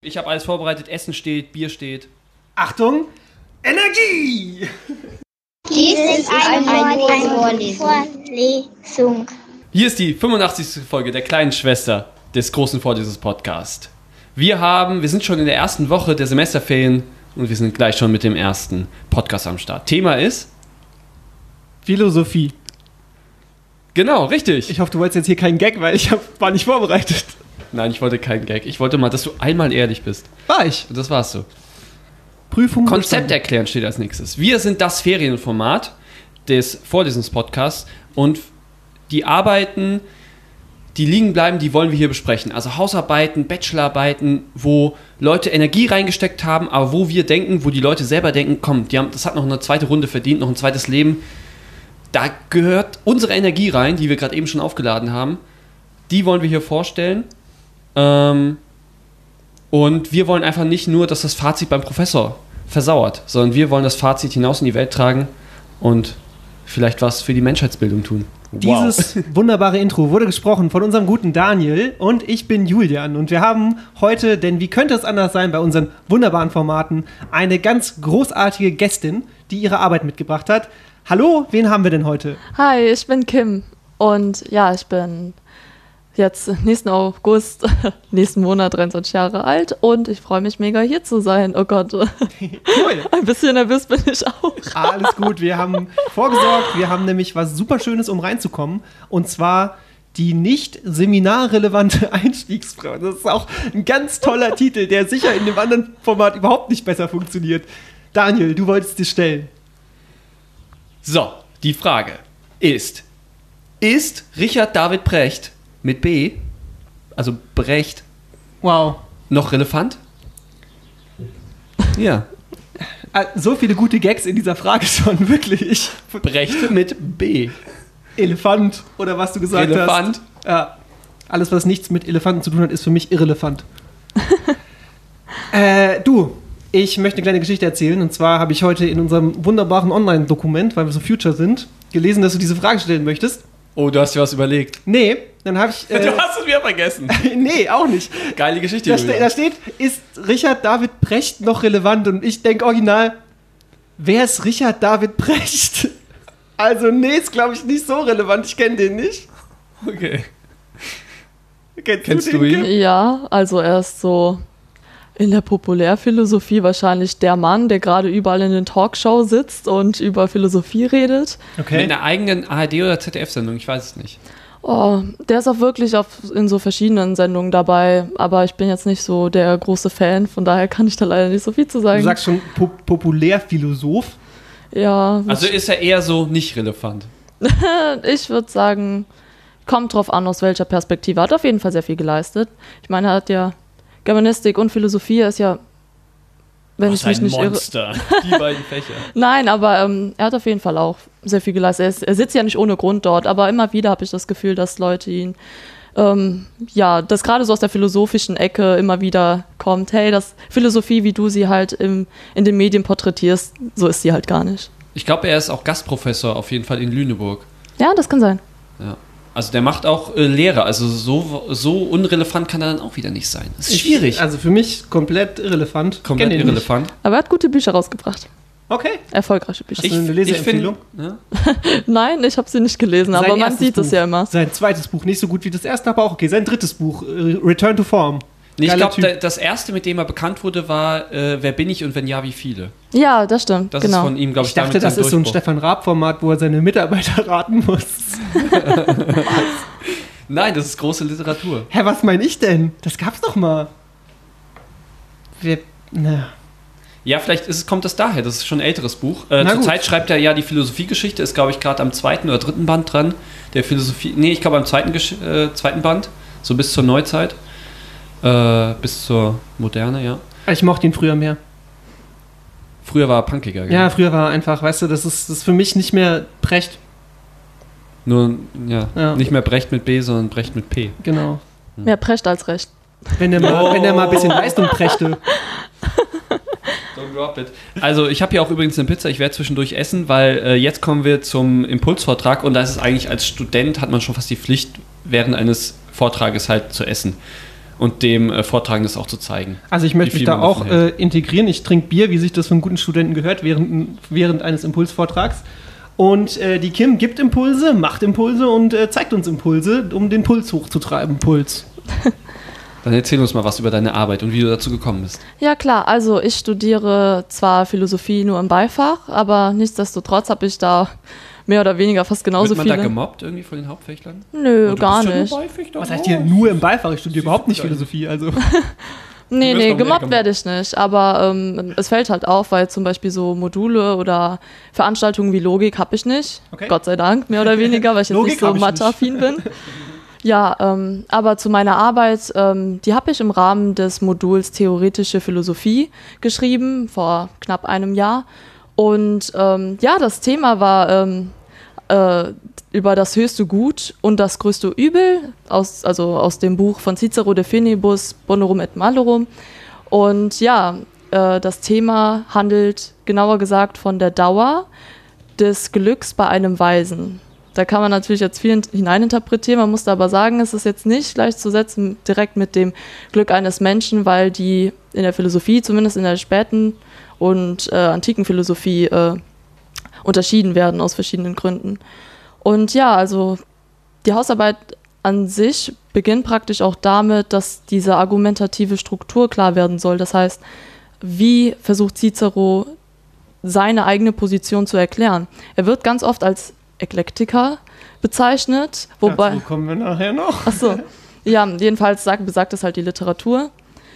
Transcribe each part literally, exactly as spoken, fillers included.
Ich habe alles vorbereitet, Essen steht, Bier steht. Achtung, Energie! Dies ist eine, eine Vorlesung. Hier ist die fünfundachtzigste Folge der kleinen Schwester des großen Vorlesungs-Podcasts. Wir haben, wir sind schon in der ersten Woche der Semesterferien und wir sind gleich schon mit dem ersten Podcast am Start. Thema ist Philosophie. Genau, richtig. Ich hoffe, du wolltest jetzt hier keinen Gag, weil ich hab, war nicht vorbereitet. Nein, ich wollte keinen Gag. Ich wollte mal, dass du einmal ehrlich bist. War ich. Und das warst du. Prüfung Konzept bestanden. erklären steht als nächstes. Wir sind das Ferienformat des Vorlesungspodcasts und die Arbeiten, die liegen bleiben, die wollen wir hier besprechen. Also Hausarbeiten, Bachelorarbeiten, wo Leute Energie reingesteckt haben, aber wo wir denken, wo die Leute selber denken, komm, die haben, das hat noch eine zweite Runde verdient, noch ein zweites Leben. Da gehört unsere Energie rein, die wir gerade eben schon aufgeladen haben. Die wollen wir hier vorstellen. Ähm, und wir wollen einfach nicht nur, dass das Fazit beim Professor versauert, sondern wir wollen das Fazit hinaus in die Welt tragen und vielleicht was für die Menschheitsbildung tun. Wow. Dieses wunderbare Intro wurde gesprochen von unserem guten Daniel und ich bin Julian und wir haben heute, denn wie könnte es anders sein bei unseren wunderbaren Formaten, eine ganz großartige Gästin, die ihre Arbeit mitgebracht hat. Hallo, wen haben wir denn heute? Hi, ich bin Kim und ja, ich bin jetzt nächsten August, nächsten Monat dreiundzwanzig Jahre alt und ich freue mich mega hier zu sein. Oh Gott, Cool. Ein bisschen nervös bin ich auch. Alles gut, wir haben vorgesorgt, wir haben nämlich was super Schönes, um reinzukommen und zwar die nicht seminarrelevante Einstiegsfrage. Das ist auch ein ganz toller Titel, der sicher in dem anderen Format überhaupt nicht besser funktioniert. Daniel, du wolltest dir stellen. So, die Frage ist, ist Richard David Brecht mit B, also Brecht, Wow. noch relevant? Ja. So viele gute Gags in dieser Frage schon, wirklich. Brecht mit B. Elefant oder was du gesagt Elefant. hast. Ja. Alles, was nichts mit Elefanten zu tun hat, ist für mich irrelevant. äh, du, ich möchte eine kleine Geschichte erzählen. Und zwar habe ich heute in unserem wunderbaren Online-Dokument, weil wir so Future sind, gelesen, dass du diese Frage stellen möchtest. Oh, du hast dir was überlegt. Nee, dann habe ich... Äh, Du hast es wieder vergessen. nee, auch nicht. Geile Geschichte, Da, ste Julia. da steht, ist Richard David Brecht noch relevant? Und ich denke original, wer ist Richard David Brecht? Also nee, ist glaube ich nicht so relevant. Ich kenne den nicht. Okay. Kennst, Kennst du, du den, ihn? Kim? Ja, also er ist so in der Populärphilosophie wahrscheinlich der Mann, der gerade überall in den Talkshows sitzt und über Philosophie redet. Mit Okay. einer eigenen A R D- oder Z D F-Sendung, ich weiß es nicht. Oh, der ist auch wirklich auf, in so verschiedenen Sendungen dabei, aber ich bin jetzt nicht so der große Fan, von daher kann ich da leider nicht so viel zu sagen. Du sagst schon po Populärphilosoph. Ja, Also ist er eher so nicht relevant. ich würde sagen, kommt drauf an, aus welcher Perspektive. Er hat auf jeden Fall sehr viel geleistet. Ich meine, er hat ja Germanistik und Philosophie, er ist ja, wenn ich mich nicht irre. Monster. Die beiden Fächer. Nein, aber ähm, er hat auf jeden Fall auch sehr viel geleistet. Er, ist, er sitzt ja nicht ohne Grund dort, aber immer wieder habe ich das Gefühl, dass Leute ihn, ähm, ja, dass gerade so aus der philosophischen Ecke immer wieder kommt, hey, das Philosophie, wie du sie halt im, in den Medien porträtierst, so ist sie halt gar nicht. Ich glaube, er ist auch Gastprofessor auf jeden Fall in Lüneburg. Ja, das kann sein. Ja. Also der macht auch äh, Lehre. Also so, so unrelevant kann er dann auch wieder nicht sein. Das ist schwierig. Also für mich komplett irrelevant. Komplett Kenn den irrelevant. Aber er hat gute Bücher rausgebracht. Nicht. Okay. Erfolgreiche Bücher. Hast du eine Leseempfehlung? Ja. Nein, ich habe sie nicht gelesen, Sein aber man erstes sieht es Buch. ja immer. Sein zweites Buch, nicht so gut wie das erste, aber auch okay. Sein drittes Buch, äh, Return to Form. Nee, ich Geiler glaube, Typ. das erste, mit dem er bekannt wurde, war äh, Wer bin ich und wenn ja, wie viele? Ja, das stimmt, Das genau. ist von ihm, glaube ich, Ich dachte, damit das sein ist so ein Durchbruch. Stefan Raab-Format, wo er seine Mitarbeiter raten muss. Nein, das ist große Literatur. Hä, was meine ich denn? Das gab's doch mal. Wir, na. Ja, vielleicht ist, es- kommt das daher. Das ist schon ein älteres Buch. Äh, Na gut. Zurzeit schreibt er ja die Philosophiegeschichte, ist, glaube ich, gerade am zweiten oder dritten Band dran. Der Philosophie, nee, ich glaube am zweiten, Gesch äh, zweiten Band, so bis zur Neuzeit. Äh, bis zur Moderne, ja. Ich mochte ihn früher mehr. Früher war er punkiger, gell? Ja, früher war er einfach, weißt du, das ist, das ist für mich nicht mehr Brecht. Nur, ja, Ja. nicht mehr Brecht mit B, sondern Brecht mit P. Genau. Mehr Precht als Recht. Wenn der mal, Oh. wenn der mal ein bisschen Leistung brächte. Don't drop it. Also ich habe hier auch übrigens eine Pizza, ich werde zwischendurch essen, weil äh, jetzt kommen wir zum Impulsvortrag und da ist es eigentlich als Student, hat man schon fast die Pflicht, während eines Vortrages halt zu essen. und dem äh, Vortragenden das auch zu zeigen. Also ich möchte wie mich viel da man auch davon hält. äh, integrieren. Ich trinke Bier, wie sich das von guten Studenten gehört, während, während eines Impulsvortrags. Und äh, die Kim gibt Impulse, macht Impulse und äh, zeigt uns Impulse, um den Puls hochzutreiben. Puls. Dann erzähl uns mal was über deine Arbeit und wie du dazu gekommen bist. Ja klar, also ich studiere zwar Philosophie nur im Beifach, aber nichtsdestotrotz habe ich da mehr oder weniger fast genauso Wird man viele. da gemobbt irgendwie von den Hauptfächlern? Nö, Oh, du gar bist ja nur nicht. Beifächer. Was heißt hier nur im Beifach? Ich studiere überhaupt nicht Philosophie. Also. Nee, wirst nee, doch mehr gemobbt gemobbt. werde ich nicht, aber ähm, es fällt halt auf, weil zum Beispiel so Module oder Veranstaltungen wie Logik habe ich nicht, Okay. Gott sei Dank, mehr oder weniger, weil ich jetzt Logik nicht so hab ich Mathe-affin bin. Ja, ähm, aber zu meiner Arbeit, ähm, die habe ich im Rahmen des Moduls Theoretische Philosophie geschrieben, vor knapp einem Jahr. Und ähm, ja, das Thema war ähm, äh, über das höchste Gut und das größte Übel, aus, also aus dem Buch von Cicero De Finibus Bonorum et Malorum. Und ja, äh, das Thema handelt genauer gesagt von der Dauer des Glücks bei einem Weisen. Da kann man natürlich jetzt viel hineininterpretieren, man muss da aber sagen, es ist jetzt nicht gleichzusetzen direkt mit dem Glück eines Menschen, weil die in der Philosophie, zumindest in der späten und äh, antiken Philosophie, äh, unterschieden werden aus verschiedenen Gründen. Und ja, also die Hausarbeit an sich beginnt praktisch auch damit, dass diese argumentative Struktur klar werden soll. Das heißt, wie versucht Cicero seine eigene Position zu erklären? Er wird ganz oft als Eklektiker bezeichnet, wobei... Dazu kommen wir nachher noch. Achso, ja, jedenfalls sagt, besagt es halt die Literatur.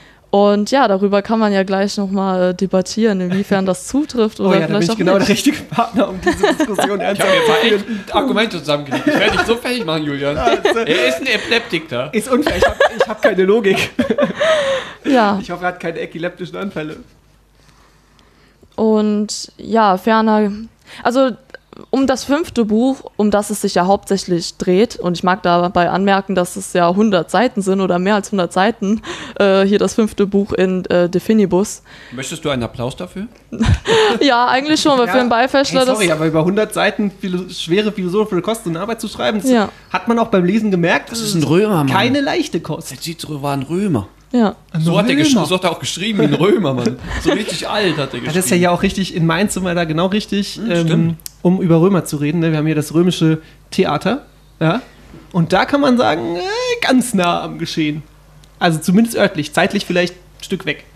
Und ja, darüber kann man ja gleich nochmal äh, debattieren, inwiefern das zutrifft oder Oh ja, da bin vielleicht ich auch genau der nicht. richtige Partner, um diese Diskussion Ich ernsthaft habe mir zu ein führen. paar Argumente zusammengelegt. Ich werde dich so fertig machen, Julian. Er ist ein Epileptiker. Ist unfair, ich habe ich hab keine Logik. Ja, Ich hoffe, er hat keine epileptischen Anfälle. und ja, ferner, also um das fünfte Buch, um das es sich ja hauptsächlich dreht, und ich mag dabei anmerken, dass es ja hundert Seiten sind oder mehr als hundert Seiten, äh, hier das fünfte Buch in äh, De Finibus. Möchtest du einen Applaus dafür? Ja, eigentlich schon, weil für einen Beifächler hey, sorry, das... aber über hundert Seiten philo schwere philosophische Kost und Arbeit zu schreiben, das Ja. hat man auch beim Lesen gemerkt. Das ist ein Römer, Mann. Keine leichte Kost. Der Cicero war ein Römer. Ja, So hat, er Römer. gesch- so hat er auch geschrieben wie ein Römer, Mann. So richtig alt hat er geschrieben. Das ist ja ja auch richtig, in Mainz sind wir da genau richtig, Hm, ähm, stimmt. um über Römer zu reden. Ne? Wir haben hier das römische Theater. Ja? Und da kann man sagen, äh, ganz nah am Geschehen. Also zumindest örtlich, zeitlich vielleicht ein Stück weg.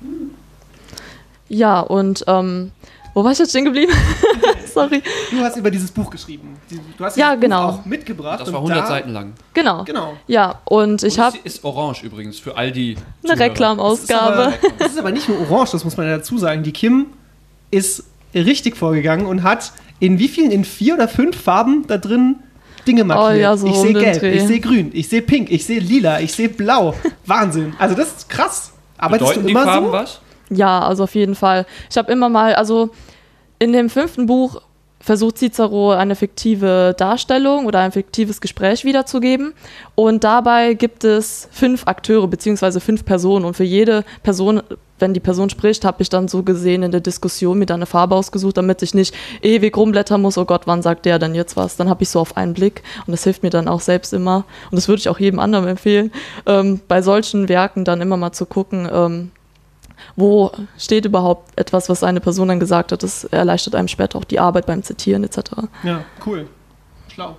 ja, und ähm, wo war ich jetzt stehen geblieben? Sorry. Du hast über dieses Buch geschrieben. Du hast Ja, dieses genau. Buch auch mitgebracht. Das war und hundert da, Seiten lang. Genau. Genau. Ja, und ich Und habe es ist orange übrigens für all die eine Zuhörer. Das ist, Reklamausgabe. aber, das ist aber nicht nur orange, das muss man ja dazu sagen. Die Kim ist richtig vorgegangen und hat in wie vielen, in vier oder fünf Farben da drin Dinge markiert. Oh ja, so ich um sehe den gelb, Dreh. ich sehe grün, ich sehe pink, ich sehe lila, ich sehe blau. Wahnsinn. Also das ist krass. Arbeitest Bedeuten du die immer Farben so? was? Ja, also auf jeden Fall. Ich habe immer mal, also in dem fünften Buch versucht Cicero eine fiktive Darstellung oder ein fiktives Gespräch wiederzugeben. Und dabei gibt es fünf Akteure beziehungsweise fünf Personen. Und für jede Person, wenn die Person spricht, habe ich dann so gesehen in der Diskussion mir dann eine Farbe ausgesucht, damit ich nicht ewig rumblättern muss, oh Gott, wann sagt der denn jetzt was? Dann habe ich so auf einen Blick und das hilft mir dann auch selbst immer. Und das würde ich auch jedem anderen empfehlen, ähm, bei solchen Werken dann immer mal zu gucken, ähm, wo steht überhaupt etwas, was eine Person dann gesagt hat. Das erleichtert einem später auch die Arbeit beim Zitieren et cetera. Ja, cool. Schlau.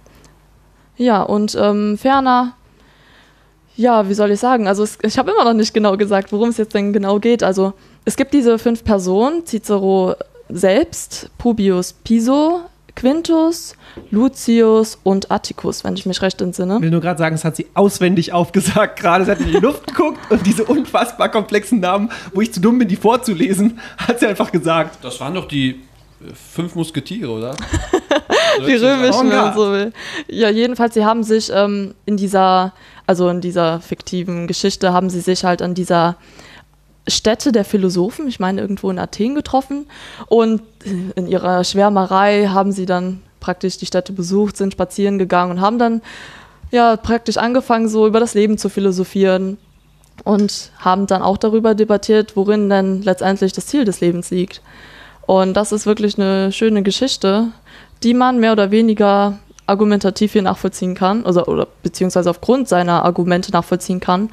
Ja, und ähm, ferner, ja, wie soll ich sagen, also es, ich habe immer noch nicht genau gesagt, worum es jetzt denn genau geht. Also es gibt diese fünf Personen, Cicero selbst, Publius Piso, Quintus, Lucius und Atticus, wenn ich mich recht entsinne. Ich will nur gerade sagen, das hat sie auswendig aufgesagt. Gerade sie hat in die Luft geguckt und diese unfassbar komplexen Namen, wo ich zu dumm bin, die vorzulesen, hat sie einfach gesagt. Das waren doch die äh, fünf Musketiere, oder? Die römischen, wenn man Avantgarde. so will. Ja, jedenfalls, sie haben sich ähm, in dieser, also in dieser fiktiven Geschichte, haben sie sich halt an dieser Stätte der Philosophen, ich meine irgendwo in Athen, getroffen und in ihrer Schwärmerei haben sie dann praktisch die Stätte besucht, sind spazieren gegangen und haben dann ja praktisch angefangen, so über das Leben zu philosophieren und haben dann auch darüber debattiert, worin denn letztendlich das Ziel des Lebens liegt. Und das ist wirklich eine schöne Geschichte, die man mehr oder weniger argumentativ hier nachvollziehen kann, also, oder beziehungsweise aufgrund seiner Argumente nachvollziehen kann.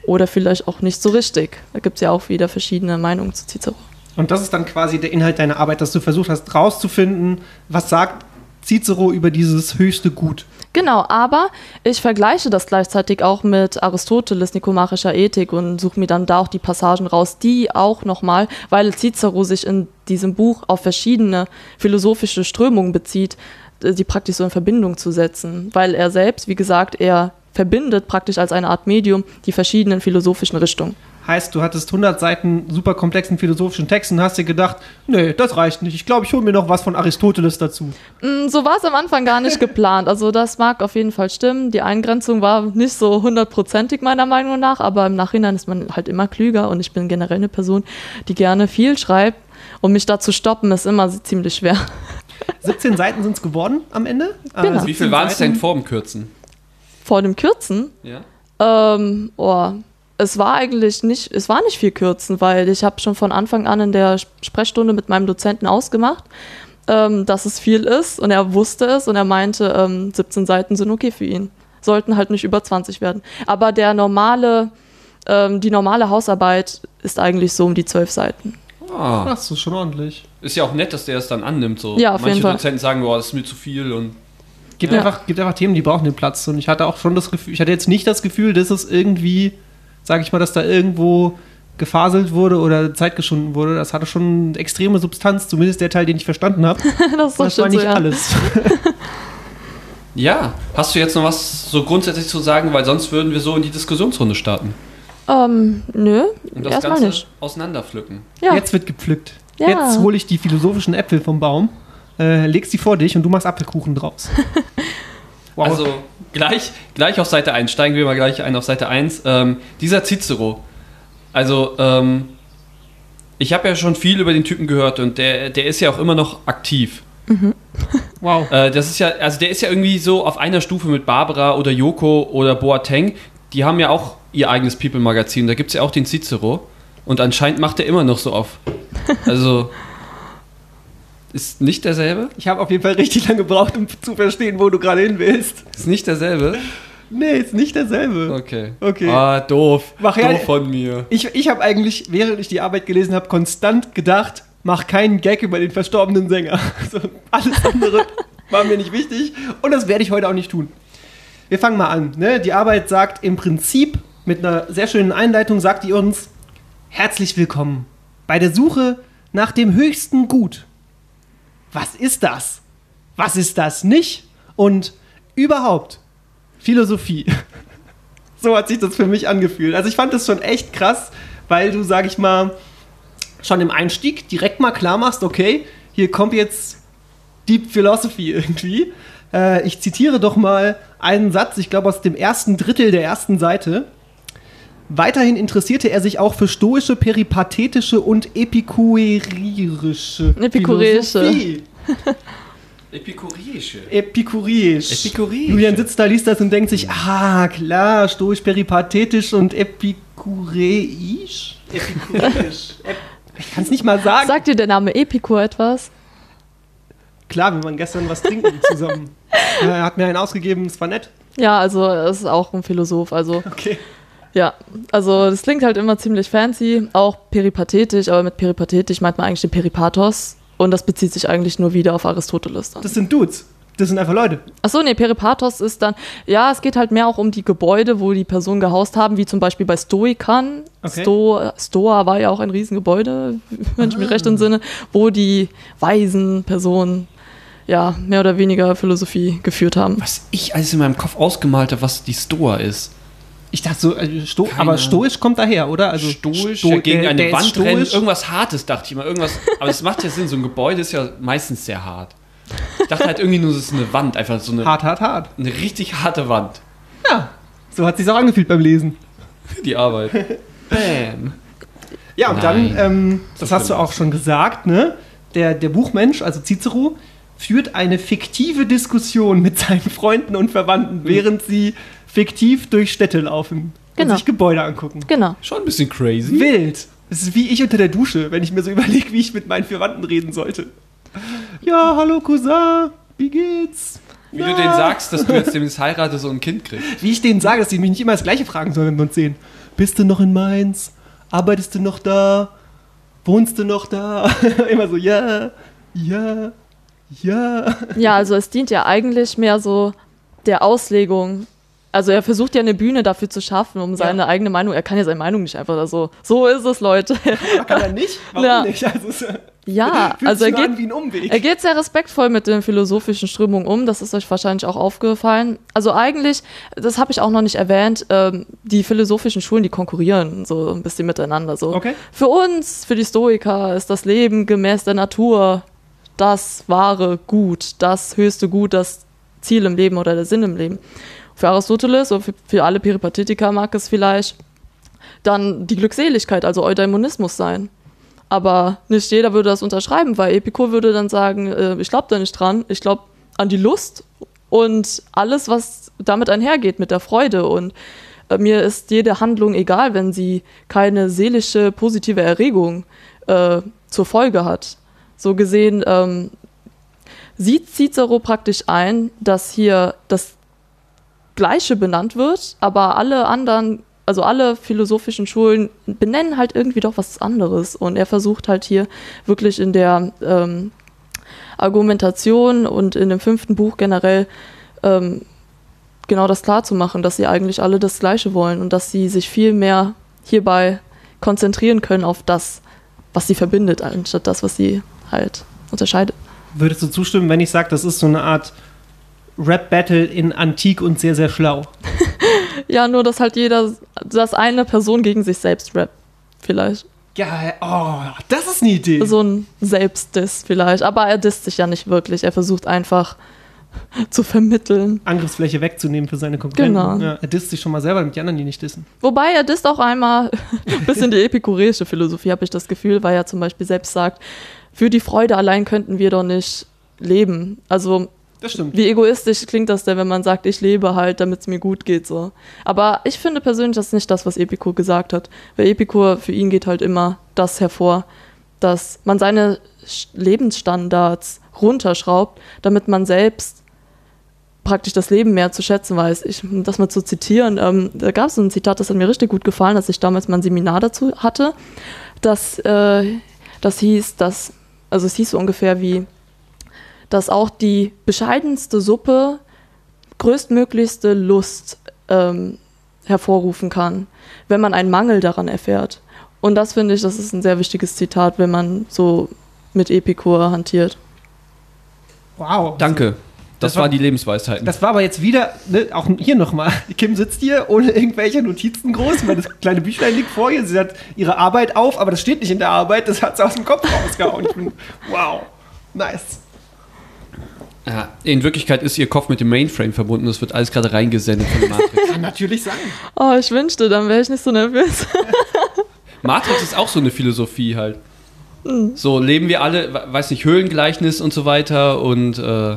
oder vielleicht auch nicht so richtig. Da gibt es ja auch wieder verschiedene Meinungen zu Cicero. Und das ist dann quasi der Inhalt deiner Arbeit, dass du versucht hast, rauszufinden, was sagt Cicero über dieses höchste Gut. Genau, aber ich vergleiche das gleichzeitig auch mit Aristoteles, nikomachischer Ethik und suche mir dann da auch die Passagen raus, die auch nochmal, weil Cicero sich in diesem Buch auf verschiedene philosophische Strömungen bezieht, die praktisch so in Verbindung zu setzen, weil er selbst, wie gesagt, er verbindet praktisch als eine Art Medium die verschiedenen philosophischen Richtungen. Heißt, du hattest hundert Seiten super komplexen philosophischen Texten und hast dir gedacht, nee, das reicht nicht. Ich glaube, ich hole mir noch was von Aristoteles dazu. So war es am Anfang gar nicht geplant. Also das mag auf jeden Fall stimmen. Die Eingrenzung war nicht so hundertprozentig meiner Meinung nach, aber im Nachhinein ist man halt immer klüger und ich bin generell eine Person, die gerne viel schreibt und mich da zu stoppen ist immer ziemlich schwer. siebzehn Seiten sind es geworden am Ende. Genau. Äh, Wie viel waren es denn vor dem Kürzen? Vor dem Kürzen? Ja. Ähm, oh, es war eigentlich nicht, es war nicht viel kürzen, weil ich habe schon von Anfang an in der Sprechstunde mit meinem Dozenten ausgemacht, ähm, dass es viel ist und er wusste es und er meinte, ähm, siebzehn Seiten sind okay für ihn. Sollten halt nicht über zwanzig werden. Aber der normale, ähm, die normale Hausarbeit ist eigentlich so um die zwölf Seiten. Ah. Das ist schon ordentlich. Ist ja auch nett, dass der es dann annimmt. So. Ja, auf Manche jeden Fall. Dozenten sagen, boah, das ist mir zu viel. Und Gibt, Ja. einfach, gibt einfach Themen, die brauchen den Platz. Und ich hatte auch schon das Gefühl, ich hatte jetzt nicht das Gefühl, dass es irgendwie, sage ich mal, dass da irgendwo gefaselt wurde oder Zeit geschunden wurde. Das hatte schon extreme Substanz, zumindest der Teil, den ich verstanden habe. Das ist doch Das war schön nicht so, ja. alles. ja, hast du jetzt noch was so grundsätzlich zu sagen? Weil sonst würden wir so in die Diskussionsrunde starten. Ähm, nö, Und das erstmal Ganze nicht. auseinanderpflücken. Ja. Jetzt wird gepflückt. Ja. Jetzt hole ich die philosophischen Äpfel vom Baum, äh, legst sie vor dich und du machst Apfelkuchen draus. Wow. Also gleich, gleich auf Seite eins, steigen wir mal gleich ein auf Seite eins. Ähm, dieser Cicero, also ähm, ich habe ja schon viel über den Typen gehört und der, der ist ja auch immer noch aktiv. Wow. Äh, das ist ja, also der ist ja irgendwie so auf einer Stufe mit Barbara oder Yoko oder Boateng. Die haben ja auch ihr eigenes People-Magazin, da gibt es ja auch den Cicero. Und anscheinend macht er immer noch so auf. Also, ist nicht derselbe? Ich habe auf jeden Fall richtig lange gebraucht, um zu verstehen, wo du gerade hin willst. Ist nicht derselbe? Nee, ist nicht derselbe. Okay. Okay. Ah, doof. Mach ja- doof von mir. Ich, ich habe eigentlich, während ich die Arbeit gelesen habe, konstant gedacht, mach keinen Gag über den verstorbenen Sänger. So, alles andere war mir nicht wichtig und das werde ich heute auch nicht tun. Wir fangen mal an. Ne? Die Arbeit sagt im Prinzip, mit einer sehr schönen Einleitung, sagt die uns, herzlich willkommen bei der Suche nach dem höchsten Gut. Was ist das? Was ist das nicht? Und überhaupt, Philosophie. So hat sich das für mich angefühlt. Also ich fand das schon echt krass, weil du, sag ich mal, schon im Einstieg direkt mal klar machst, okay, hier kommt jetzt Deep Philosophy irgendwie. Äh, ich zitiere doch mal einen Satz, ich glaube aus dem ersten Drittel der ersten Seite. Weiterhin interessierte er sich auch für stoische, peripatetische und epikureische Epikureische. Philosophie. Epikureische. Epikureisch. Epikureisch. Julian sitzt da, liest das und denkt sich, ah, klar, stoisch, peripatetisch und epikureisch? Epikureisch. Ep ich kann es nicht mal sagen. Sagt dir der Name Epikur etwas? Klar, wir waren gestern was trinken zusammen. Er hat mir einen ausgegeben, es war nett. Ja, also er ist auch ein Philosoph, also Okay. ja, also das klingt halt immer ziemlich fancy, auch peripatetisch, aber mit peripatetisch meint man eigentlich den Peripathos und das bezieht sich eigentlich nur wieder auf Aristoteles dann. Das sind Dudes. Das sind einfach Leute. Achso, nee, Peripathos ist dann, ja, es geht halt mehr auch um die Gebäude, wo die Personen gehaust haben, wie zum Beispiel bei Stoikern. Okay. Sto Stoa war ja auch ein Riesengebäude, wenn ich mich recht entsinne, wo die weisen Personen ja mehr oder weniger Philosophie geführt haben. Was ich alles in meinem Kopf ausgemalt habe, was die Stoa ist. Ich dachte so, äh, sto Keine aber Ahnung. stoisch kommt daher, oder? Also Stoisch, sto ja, gegen der- eine der ist Wand stoisch. rennen, irgendwas Hartes, dachte ich immer. Irgendwas, aber es macht ja Sinn, so ein Gebäude ist ja meistens sehr hart. Ich dachte halt irgendwie nur, es ist eine Wand, einfach so eine, Hart, hart, hart. eine richtig harte Wand. Ja, so hat sich's auch angefühlt beim Lesen. Die Arbeit. Bam. Ja, und Nein. dann, ähm, das So hast du schlimm. auch schon gesagt, ne? Der, der Buchmensch, also Cicero, führt eine fiktive Diskussion mit seinen Freunden und Verwandten, während sie fiktiv durch Städte laufen Genau. und sich Gebäude angucken. Genau. Schon ein bisschen crazy. Wild. Das ist wie ich unter der Dusche, wenn ich mir so überlege, wie ich mit meinen Verwandten reden sollte. Ja, hallo Cousin, wie geht's? Wie ja. du denen sagst, dass du jetzt demnächst heiratest und ein Kind kriegst. Wie ich denen sage, dass sie mich nicht immer das Gleiche fragen sollen, wenn wir uns sehen. bist du noch in Mainz? Arbeitest du noch da? Wohnst du noch da? Immer so, ja, ja, ja. Ja, also es dient ja eigentlich mehr so der Auslegung. Also er versucht ja eine Bühne dafür zu schaffen, um seine Ja. eigene Meinung, er kann ja seine Meinung nicht einfach so, so ist es, Leute. Aber kann er nicht? Warum Ja. nicht? Also, es Ja, fühlt also sich er nur geht, an wie ein Umweg. er geht sehr respektvoll mit den philosophischen Strömungen um, das ist euch wahrscheinlich auch aufgefallen. Also eigentlich, das habe ich auch noch nicht erwähnt, ähm, die philosophischen Schulen, die konkurrieren so ein bisschen miteinander. So. Okay. Für uns, für die Stoiker, ist das Leben gemäß der Natur das wahre Gut, das höchste Gut, das Ziel im Leben oder der Sinn im Leben. Für Aristoteles und für, für alle Peripatetiker mag es vielleicht dann die Glückseligkeit, also Eudaimonismus sein. Aber nicht jeder würde das unterschreiben, weil Epikur würde dann sagen, äh, ich glaube da nicht dran, ich glaube an die Lust und alles, was damit einhergeht, mit der Freude. Und äh, mir ist jede Handlung egal, wenn sie keine seelische, positive Erregung äh, zur Folge hat. So gesehen ähm, sieht Cicero praktisch ein, dass hier das Gleiche benannt wird, aber alle anderen, also alle philosophischen Schulen benennen halt irgendwie doch was anderes. Und er versucht halt hier wirklich in der ähm, Argumentation und in dem fünften Buch generell ähm, genau das klar zu machen, dass sie eigentlich alle das Gleiche wollen und dass sie sich viel mehr hierbei konzentrieren können auf das, was sie verbindet, anstatt das, was sie halt unterscheidet. Würdest du zustimmen, wenn ich sage, das ist so eine Art Rap-Battle in Antik und sehr, sehr schlau? Ja, nur, dass halt jeder, dass eine Person gegen sich selbst rappt, vielleicht. Geil. Oh, das ist eine Idee. So ein Selbstdiss vielleicht. Aber er disst sich ja nicht wirklich. Er versucht einfach zu vermitteln. Angriffsfläche wegzunehmen für seine Konkurrenten. Genau. Ja, er disst sich schon mal selber, damit die anderen die nicht dissen. Wobei er disst auch einmal bis in die epikureische Philosophie, habe ich das Gefühl, weil er zum Beispiel selbst sagt, für die Freude allein könnten wir doch nicht leben. Also Das stimmt. wie egoistisch klingt das denn, wenn man sagt, ich lebe halt, damit es mir gut geht. So. Aber ich finde persönlich, das ist nicht das, was Epikur gesagt hat. Weil Epikur, für ihn geht halt immer das hervor, dass man seine Lebensstandards runterschraubt, damit man selbst praktisch das Leben mehr zu schätzen weiß. Ich, um das mal zu zitieren, ähm, da gab es so ein Zitat, das hat mir richtig gut gefallen, dass ich damals mal ein Seminar dazu hatte. Das, äh, das hieß, dass, also es hieß so ungefähr wie, dass auch die bescheidenste Suppe größtmöglichste Lust ähm, hervorrufen kann, wenn man einen Mangel daran erfährt. Und das finde ich, das ist ein sehr wichtiges Zitat, wenn man so mit Epikur hantiert. Wow. Danke. Das, Das war- waren die Lebensweisheiten. Das war aber jetzt wieder, ne, auch hier nochmal. Kim sitzt hier ohne irgendwelche Notizen groß, weil das kleine Büchlein liegt vor ihr. Sie hat ihre Arbeit auf, aber das steht nicht in der Arbeit, das hat sie aus dem Kopf rausgehauen. Ich bin, wow, nice. Ja, in Wirklichkeit ist ihr Kopf mit dem Mainframe verbunden. Das wird alles gerade reingesendet von Matrix. Kann natürlich sein. Oh, ich wünschte, dann wäre ich nicht so nervös. Matrix ist auch so eine Philosophie halt. So leben wir alle, we- weiß nicht, Höhlengleichnis und so weiter und äh,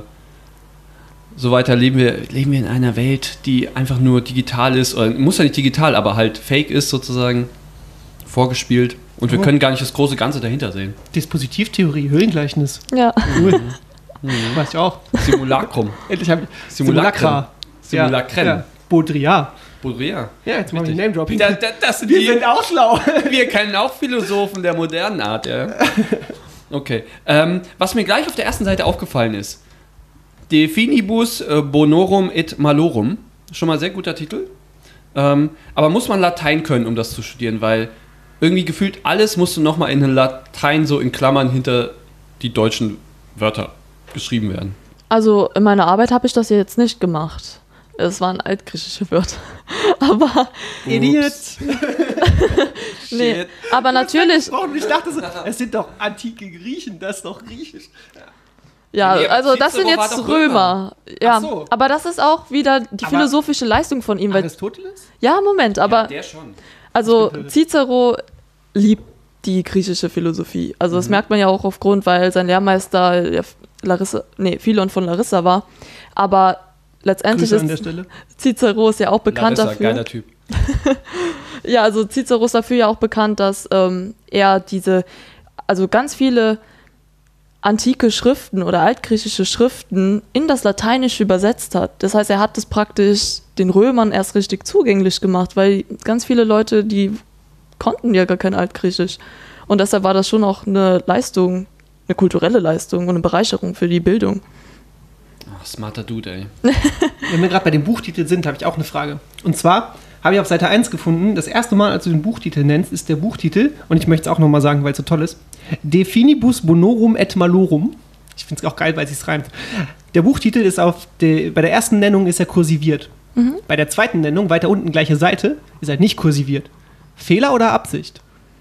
so weiter. Leben wir, leben wir in einer Welt, die einfach nur digital ist, oder muss ja nicht digital, aber halt fake ist sozusagen, vorgespielt. Und wir Oh. können gar nicht das große Ganze dahinter sehen. Dispositivtheorie, Höhlengleichnis. Ja. Cool. Weiß ich auch. Simulacrum. Endlich habe ich Simulacra. Simulacren. Ja, ja. Baudrillard. Baudrillard. Ja, jetzt machen wir Richtig. Name-Dropping. Da, da, das sind Wir die, sind auch schlau. wir kennen auch Philosophen der modernen Art, ja. Okay. Ähm, was mir gleich auf der ersten Seite aufgefallen ist: De finibus äh, bonorum et malorum. Schon mal sehr guter Titel. Ähm, aber muss man Latein können, um das zu studieren, weil irgendwie gefühlt alles musste nochmal in Latein so in Klammern hinter die deutschen Wörter geschrieben werden. Also in meiner Arbeit habe ich das ja jetzt nicht gemacht. Es waren altgriechische Wörter. Aber Idiot. nee, aber natürlich, Und ich dachte so, es sind doch antike Griechen, das ist doch griechisch. ja, Nee, aber also das sind Cicero war jetzt doch Römer. Ja, Ach so. aber das ist auch wieder die Aber- philosophische Leistung von ihm. Weil, Aristoteles? ja, Moment, aber der schon. also Ich bin verwirrt. Cicero liebt die griechische Philosophie. Also Mhm. das merkt man ja auch aufgrund, weil sein Lehrmeister ja, Larissa, nee, Philon von Larissa war. Aber letztendlich Grüße an der ist Stelle. Cicero ist ja auch bekannt Larissa, dafür. geiler Typ. Ja, also Cicero ist dafür ja auch bekannt, dass ähm, er diese, also ganz viele antike Schriften oder altgriechische Schriften in das Lateinische übersetzt hat. Das heißt, er hat das praktisch den Römern erst richtig zugänglich gemacht, weil ganz viele Leute, die konnten ja gar kein Altgriechisch. Und deshalb war das schon auch eine Leistung, eine kulturelle Leistung und eine Bereicherung für die Bildung. Ach, smarter Dude, ey. Wenn wir gerade bei dem Buchtitel sind, habe ich auch eine Frage. Und zwar habe ich auf Seite eins gefunden, das erste Mal, als du den Buchtitel nennst, ist der Buchtitel, und ich möchte es auch nochmal sagen, weil es so toll ist, De Finibus Bonorum et Malorum. Ich finde es auch geil, weil es sich reimt. Der Buchtitel ist auf de, bei der ersten Nennung ist er kursiviert. Mhm. Bei der zweiten Nennung, weiter unten, gleiche Seite, ist er nicht kursiviert. Fehler oder Absicht?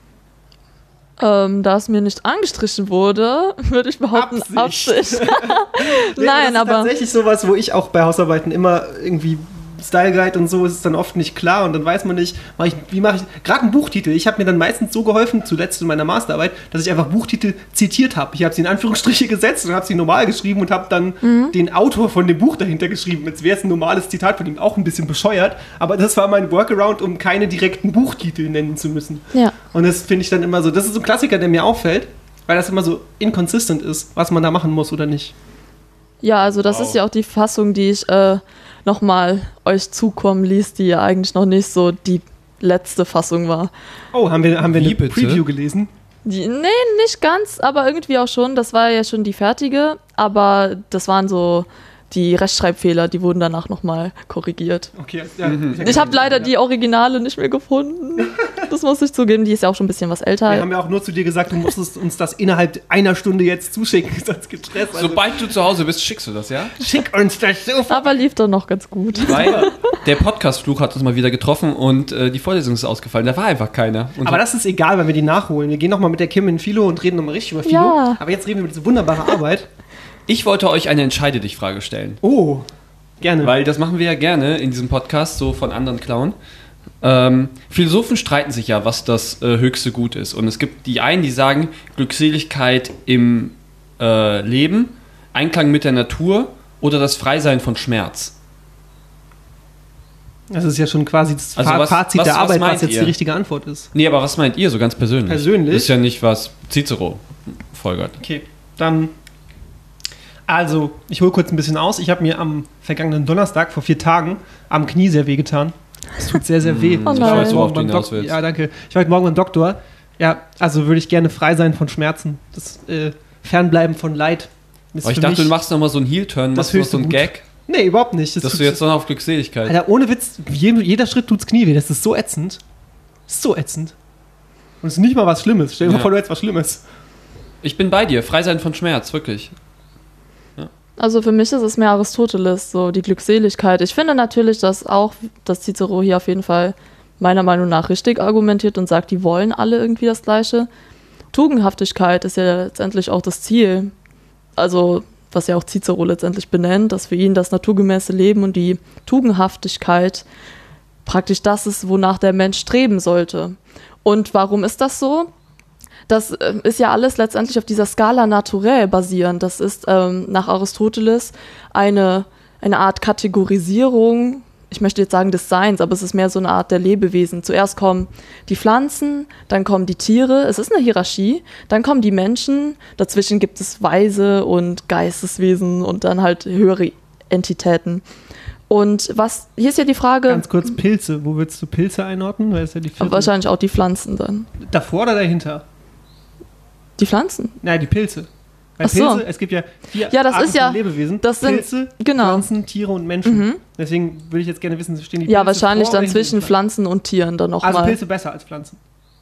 Ähm, da es mir nicht angestrichen wurde, würde ich behaupten, Absicht. Absicht. nee, Nein, das ist aber tatsächlich sowas, wo ich auch bei Hausarbeiten immer irgendwie Style Guide und so ist es dann oft nicht klar und dann weiß man nicht, mach ich, wie mache ich, gerade ein Buchtitel, ich habe mir dann meistens so geholfen, zuletzt in meiner Masterarbeit, dass ich einfach Buchtitel zitiert habe. Ich habe sie in Anführungsstriche gesetzt und habe sie normal geschrieben und habe dann mhm. den Autor von dem Buch dahinter geschrieben. Jetzt wäre es ein normales Zitat von ihm, auch ein bisschen bescheuert, aber das war mein Workaround, um keine direkten Buchtitel nennen zu müssen. Ja. Und das finde ich dann immer so, das ist so ein Klassiker, der mir auffällt, weil das immer so inconsistent ist, was man da machen muss oder nicht. Ja, also das wow. ist ja auch die Fassung, die ich äh, nochmal euch zukommen ließ, die ja eigentlich noch nicht so die letzte Fassung war. Oh, haben wir, haben wir Wie eine bitte? Preview gelesen? Die, nee, nicht ganz, aber irgendwie auch schon. Das war ja schon die fertige, aber das waren so die Rechtschreibfehler, die wurden danach nochmal korrigiert. Okay, ja, mhm. Ich habe leider die Originale nicht mehr gefunden. Das muss ich zugeben, die ist ja auch schon ein bisschen was älter. Wir haben ja auch nur zu dir gesagt, du musstest uns das innerhalb einer Stunde jetzt zuschicken, sonst gibt Stress. Also Sobald du zu Hause bist, schickst du das, ja? Schick uns das sofort. Aber lief doch noch ganz gut. Weil der Podcast-Fluch hat uns mal wieder getroffen und äh, die Vorlesung ist ausgefallen. Da war einfach keiner. Und aber das ist egal, weil wir die nachholen. Wir gehen nochmal mit der Kim in Philo und reden nochmal richtig über Philo. Ja. Aber jetzt reden wir über diese wunderbare Arbeit. ich wollte euch eine Entscheide-dich-Frage stellen. Oh, gerne. Weil das machen wir ja gerne in diesem Podcast, so von anderen klauen. Ähm, Philosophen streiten sich ja, was das äh, höchste Gut ist. Und es gibt die einen, die sagen, Glückseligkeit im äh, Leben, Einklang mit der Natur oder das Freisein von Schmerz. Das ist ja schon quasi das Also was- Fazit was- der was Arbeit, meint was jetzt ihr? die richtige Antwort ist. Nee, aber was meint ihr so ganz persönlich? Persönlich? Das ist ja nicht, was Cicero folgert. Okay, dann. Also, ich hole kurz ein bisschen aus. Ich habe mir am vergangenen Donnerstag, vor vier Tagen, am Knie sehr weh getan. Es tut sehr, sehr weh. Mm, Oh ich war nein. heute worauf Morgen du beim hinaus Dok- willst. Ja, danke. Ich war heute Morgen beim Doktor. Ja, also würde ich gerne frei sein von Schmerzen. Das äh, Fernbleiben von Leid. Ist Aber ich für dachte, mich du machst nochmal so einen Heel-Turn, das machst noch höchste so einen Gut. Gag, Nee, überhaupt nicht. Das dass tut- du jetzt noch auf Glückseligkeit. Alter, ohne Witz, je, jeder Schritt tut's Knie weh. Das ist so ätzend. Das ist so ätzend. Und es ist nicht mal was Schlimmes. Stell dir Ja. mal vor, du hättest was Schlimmes. Ich bin bei dir, Freisein von Schmerz, wirklich. Also für mich ist es mehr Aristoteles, so die Glückseligkeit. Ich finde natürlich, dass auch, dass Cicero hier auf jeden Fall meiner Meinung nach richtig argumentiert und sagt, die wollen alle irgendwie das Gleiche. Tugendhaftigkeit ist ja letztendlich auch das Ziel. Also was ja auch Cicero letztendlich benennt, dass für ihn das naturgemäße Leben und die Tugendhaftigkeit praktisch das ist, wonach der Mensch streben sollte. Und warum ist das so? Das äh, ist ja alles letztendlich auf dieser Scala Naturae basierend. Das ist ähm, nach Aristoteles eine, eine Art Kategorisierung, ich möchte jetzt sagen des Seins, aber es ist mehr so eine Art der Lebewesen. Zuerst kommen die Pflanzen, dann kommen die Tiere, es ist eine Hierarchie, dann kommen die Menschen, dazwischen gibt es Weise und Geisteswesen und dann halt höhere Entitäten. Und was, hier ist ja die Frage, Ganz kurz, Pilze. Wo würdest du Pilze einordnen? Weil das ist ja die vierte- wahrscheinlich auch die Pflanzen dann. Davor oder dahinter? Die Pflanzen? Nein, die Pilze. Weil Ach so. Pilze, es gibt ja vier Ja, das Arten ist ja- von Lebewesen. das sind- Pilze, genau. Pflanzen, Tiere und Menschen. Mhm. Deswegen würde ich jetzt gerne wissen, stehen die Ja, Pilze wahrscheinlich vor oder dann hinter zwischen den Pflanzen und Tieren dann Also nochmal. Pilze besser als Pflanzen.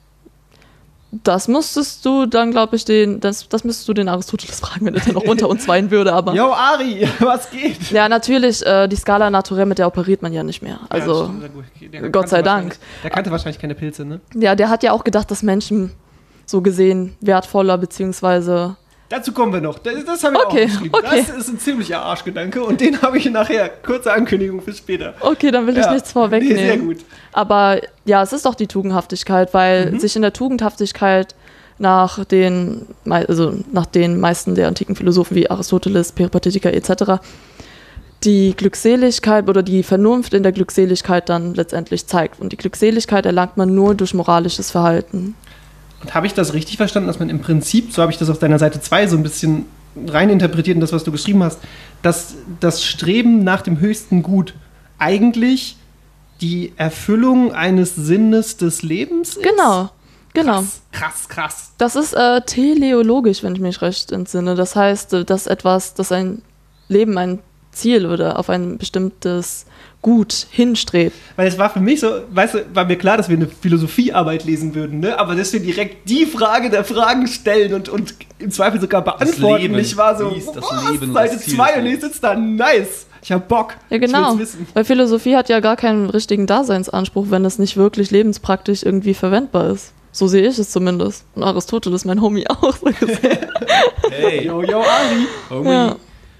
Das musstest du dann, glaube ich, den, das, das müsstest du den Aristoteles fragen, wenn er dann noch unter uns weinen würde, aber. Yo, Ari, was geht? Ja, natürlich, äh, die Scala Naturae, mit der operiert man ja nicht mehr. Ja, das Also, stimmt, sehr gut. Okay, der Gott kannte sei wahrscheinlich- Dank. Der kannte wahrscheinlich keine Pilze, ne? ja, der hat ja auch gedacht, dass Menschen so gesehen wertvoller, beziehungsweise. Dazu kommen wir noch. Das, das habe ich Okay, auch geschrieben. okay. Das ist ein ziemlicher Arschgedanke und den habe ich nachher. Kurze Ankündigung für später. Okay, dann will ich Ja. nichts vorwegnehmen. Nee, sehr gut. Aber ja, es ist doch die Tugendhaftigkeit, weil Mhm. sich in der Tugendhaftigkeit nach den, mei- also nach den meisten der antiken Philosophen wie Aristoteles, Peripatetiker et cetera die Glückseligkeit oder die Vernunft in der Glückseligkeit dann letztendlich zeigt. Und die Glückseligkeit erlangt man nur durch moralisches Verhalten. Und habe ich das richtig verstanden, dass man im Prinzip, so habe ich das auf deiner Seite zwei so ein bisschen rein interpretiert in das, was du geschrieben hast, dass das Streben nach dem höchsten Gut eigentlich die Erfüllung eines Sinnes des Lebens ist? Genau, genau. Krass, krass, krass. Das ist äh, teleologisch, wenn ich mich recht entsinne. Das heißt, äh, dass etwas, dass ein Leben ein Ziel oder auf ein bestimmtes Gut hinstrebt. Weil es war für mich so, weißt du, war mir klar, dass wir eine Philosophiearbeit lesen würden, ne? Aber dass wir direkt die Frage der Fragen stellen und, und im Zweifel sogar beantworten. Leben, Ich war so, wie ist das was? Leben, Seite das Ziel zwei des und ich Lebens? sitze da, nice. Ich hab Bock. Ja, genau. Ich will's wissen. Weil Philosophie hat ja gar keinen richtigen Daseinsanspruch, wenn es nicht wirklich lebenspraktisch irgendwie verwendbar ist. So sehe ich es zumindest. Und Aristoteles, mein Homie, auch so gesehen. Hey, Yo, yo, Ari. Homie.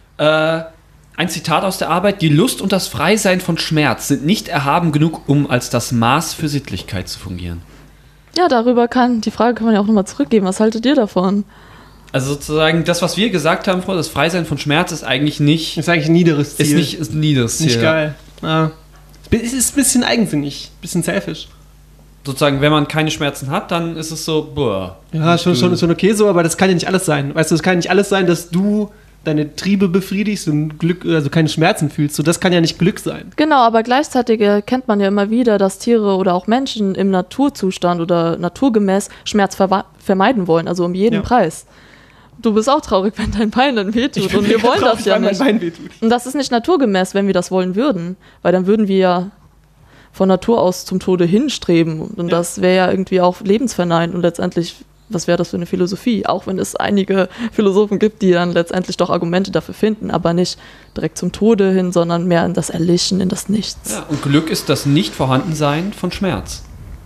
Äh, ein Zitat aus der Arbeit: Die Lust und das Freisein von Schmerz sind nicht erhaben genug, um als das Maß für Sittlichkeit zu fungieren. Ja, darüber kann, die Frage kann man ja auch nochmal zurückgeben. Was haltet ihr davon? Also sozusagen, das, was wir gesagt haben vorher, das Freisein von Schmerz ist eigentlich nicht, Das ist eigentlich ein niederes Ziel. ist nicht ist ein niederes Ziel. Nicht geil. Ja. Es ist ein bisschen eigensinnig, ein bisschen selfish. Sozusagen, wenn man keine Schmerzen hat, dann ist es so, boah. Ja, schon, schon, schon okay so, aber das kann ja nicht alles sein. Weißt du, es kann nicht alles sein, dass du deine Triebe befriedigst und Glück, also keine Schmerzen fühlst. So, das kann ja nicht Glück sein. Genau, aber gleichzeitig erkennt man ja immer wieder, dass Tiere oder auch Menschen im Naturzustand oder naturgemäß Schmerz verwa- vermeiden wollen, also um jeden Ja. Preis. Du bist auch traurig, wenn dein Bein dann wehtut und wir wollen das ja nicht. Mein Bein wehtut. Und das ist nicht naturgemäß, wenn wir das wollen würden, weil dann würden wir ja von Natur aus zum Tode hinstreben und Ja. das wäre ja irgendwie auch lebensverneinend und letztendlich, was wäre das für eine Philosophie? Auch wenn es einige Philosophen gibt, die dann letztendlich doch Argumente dafür finden, aber nicht direkt zum Tode hin, sondern mehr in das Erlischen, in das Nichts. Ja, und Glück ist das Nicht-Vorhandensein von Schmerz.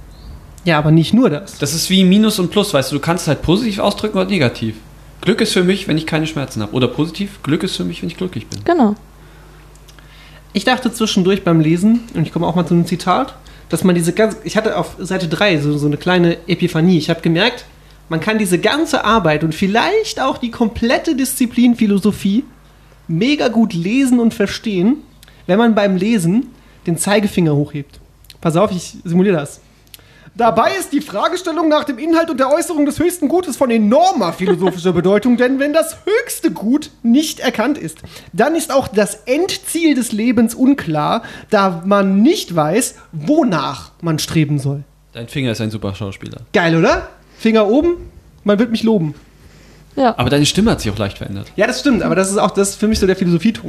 Ja, aber nicht nur das. Das ist wie Minus und Plus, weißt du, du kannst es halt positiv ausdrücken oder negativ. Glück ist für mich, wenn ich keine Schmerzen habe. Oder positiv, Glück ist für mich, wenn ich glücklich bin. Genau. Ich dachte zwischendurch beim Lesen, und ich komme auch mal zu einem Zitat, dass man diese ganz, ich hatte auf Seite drei so, so eine kleine Epiphanie. Ich habe gemerkt, man kann diese ganze Arbeit und vielleicht auch die komplette Disziplin Philosophie mega gut lesen und verstehen, wenn man beim Lesen den Zeigefinger hochhebt. Pass auf, ich simuliere das. Dabei ist die Fragestellung nach dem Inhalt und der Äußerung des höchsten Gutes von enormer philosophischer Bedeutung, denn wenn das höchste Gut nicht erkannt ist, dann ist auch das Endziel des Lebens unklar, da man nicht weiß, wonach man streben soll. Dein Finger ist ein super Schauspieler. Geil, oder? Finger oben, man wird mich loben. Ja. Aber deine Stimme hat sich auch leicht verändert. Ja, das stimmt, aber das ist auch das ist für mich so der Philosophieton.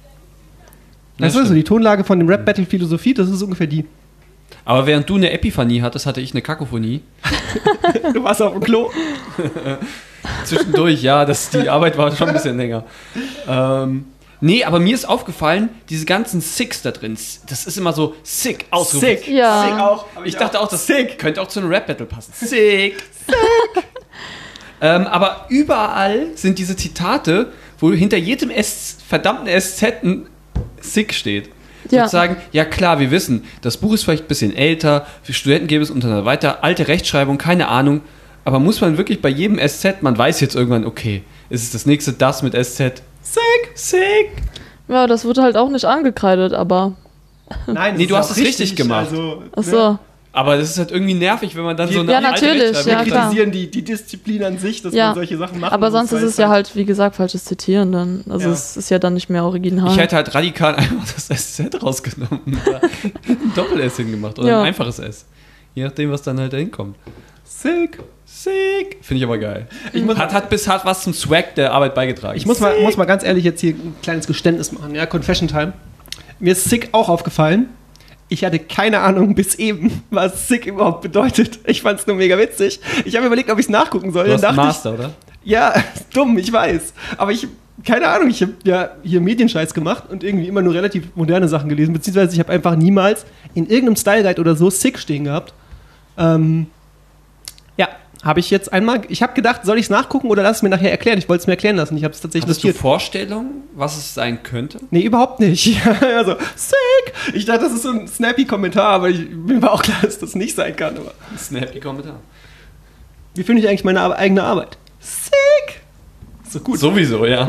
Ja, Das ist so stimmt. die Tonlage von dem Rap-Battle Philosophie, das ist ungefähr die. Aber während du eine Epiphanie hattest, hatte ich eine Kakophonie. Du warst auf dem Klo. Zwischendurch, ja, das, die Arbeit war schon ein bisschen länger. Ähm, nee, aber mir ist aufgefallen, diese ganzen Sicks da drin, das ist immer so sick, Ausruf. Sick. Ja. Sick auch. Hab Ich dachte auch, das Sick. könnte auch zu einem Rap-Battle passen. Sick. Sick. ähm, aber überall sind diese Zitate, wo hinter jedem S- verdammten S Z ein Sick steht. Ja. Sozusagen, ja klar, wir wissen, das Buch ist vielleicht ein bisschen älter, für Studenten gäbe es untereinander weiter, alte Rechtschreibung, keine Ahnung, aber muss man wirklich bei jedem S Z, man weiß jetzt irgendwann, okay, ist es das nächste das mit S Z? Sick, sick. Ja, das wurde halt auch nicht angekreidet, aber. Nein, Nee, das du ist hast auch es richtig gemacht. Also, Ach so. Aber das ist halt irgendwie nervig, wenn man dann so eine Ja, alte natürlich, Rechtschreibung Wir ja, hat. klar. kritisieren die, die Disziplin an sich, dass Ja. man solche Sachen macht. Aber sonst ist es ja halt, wie gesagt, falsches Zitieren dann. Also Ja. es ist ja dann nicht mehr original. Ich hätte halt radikal einfach das S Z rausgenommen und da ein Doppel-S hingemacht oder Ja. ein einfaches S. Je nachdem, was dann halt da hinkommt. Sick, sick. Finde ich aber geil. Ich muss- hat, hat bis hat was zum Swag der Arbeit beigetragen. Ich muss mal, muss mal ganz ehrlich jetzt hier ein kleines Geständnis machen, ja, Confession Time. Mir ist Sick auch aufgefallen. Ich hatte keine Ahnung bis eben, was Sick überhaupt bedeutet. Ich fand es nur mega witzig. Ich habe überlegt, ob ich es nachgucken soll. Du hast Dann einen dachte Master, oder? ich, ja, dumm, ich weiß. Aber ich, keine Ahnung, ich habe ja hier Medienscheiß gemacht und irgendwie immer nur relativ moderne Sachen gelesen. Beziehungsweise ich habe einfach niemals in irgendeinem Style Guide oder so Sick stehen gehabt. Ähm, ja, habe ich jetzt einmal. Ich habe gedacht, soll ich es nachgucken oder lass es mir nachher erklären? Ich wollte es mir erklären lassen. Ich habe es tatsächlich Hast du notiert. Vorstellungen, was es sein könnte? Nee, überhaupt nicht. Also, sick! Ich dachte, das ist so ein snappy Kommentar, aber ich, mir war auch klar, dass das nicht sein kann. Aber Snappy Kommentar. wie finde ich eigentlich meine Ar- eigene Arbeit? Sick! So gut. Sowieso, ja.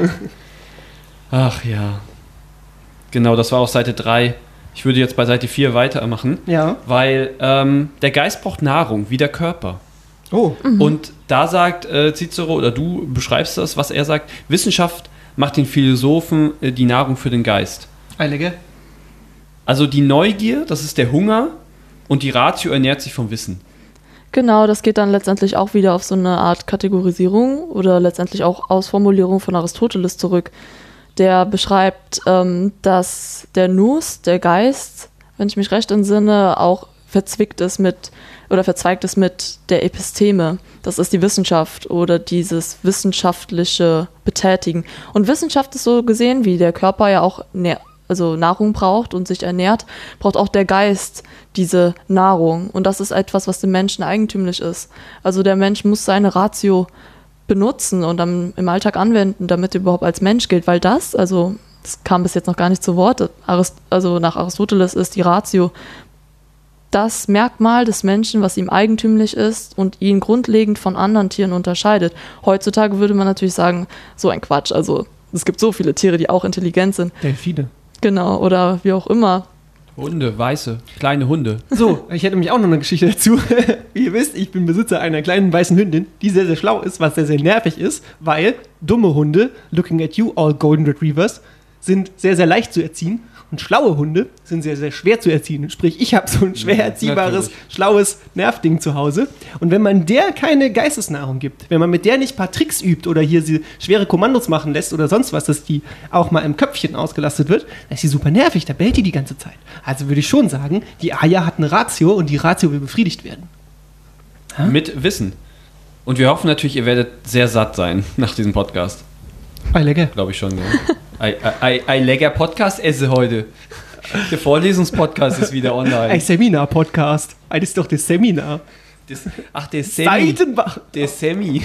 Ach ja. Genau, das war auf Seite drei. Ich würde jetzt bei Seite vier weitermachen, Ja. weil ähm, der Geist braucht Nahrung, wie der Körper. Oh. Und da sagt äh, Cicero, oder du beschreibst das, was er sagt, Wissenschaft macht den Philosophen äh, die Nahrung für den Geist. Eilige. Also die Neugier, das ist der Hunger, und die Ratio ernährt sich vom Wissen. Genau, das geht dann letztendlich auch wieder auf so eine Art Kategorisierung oder letztendlich auch Ausformulierung von Aristoteles zurück. Der beschreibt, ähm, dass der Nous, der Geist, wenn ich mich recht entsinne, auch verzwickt ist mit oder verzweigt ist mit der Episteme. Das ist die Wissenschaft oder dieses wissenschaftliche Betätigen. Und Wissenschaft ist so gesehen, wie der Körper ja auch nä- also Nahrung braucht und sich ernährt, braucht auch der Geist diese Nahrung. Und das ist etwas, was dem Menschen eigentümlich ist. Also der Mensch muss seine Ratio benutzen und dann im Alltag anwenden, damit er überhaupt als Mensch gilt. Weil das, also das kam bis jetzt noch gar nicht zu Wort, Arist- also nach Aristoteles ist die Ratio das Merkmal des Menschen, was ihm eigentümlich ist und ihn grundlegend von anderen Tieren unterscheidet. Heutzutage würde man natürlich sagen, so ein Quatsch. Also es gibt so viele Tiere, die auch intelligent sind. Delfine. Genau, oder wie auch immer. Hunde, weiße, kleine Hunde. So, ich hätte nämlich auch noch eine Geschichte dazu. Wie ihr wisst, ich bin Besitzer einer kleinen weißen Hündin, die sehr, sehr schlau ist, was sehr, sehr nervig ist, weil dumme Hunde, looking at you, all Golden Retrievers, sind sehr, sehr leicht zu erziehen. Und schlaue Hunde sind sehr, sehr schwer zu erziehen. Sprich, ich habe so ein schwer erziehbares, Natürlich. schlaues Nervding zu Hause. Und wenn man der keine Geistesnahrung gibt, wenn man mit der nicht ein paar Tricks übt oder hier sie schwere Kommandos machen lässt oder sonst was, dass die auch mal im Köpfchen ausgelastet wird, dann ist sie super nervig, da bellt die die ganze Zeit. Also würde ich schon sagen, die Aya hat eine Ratio und die Ratio will befriedigt werden. Ha? Mit Wissen. Und wir hoffen natürlich, ihr werdet sehr satt sein nach diesem Podcast. Ei, lecker. Glaube ich schon, ja. Ein, ein, ein lecker Podcast esse heute. Der Vorlesungspodcast ist wieder online. Ein Seminar-Podcast. Das ist doch das Seminar. Das, ach, der Semi. Seitenbach. Der Semi.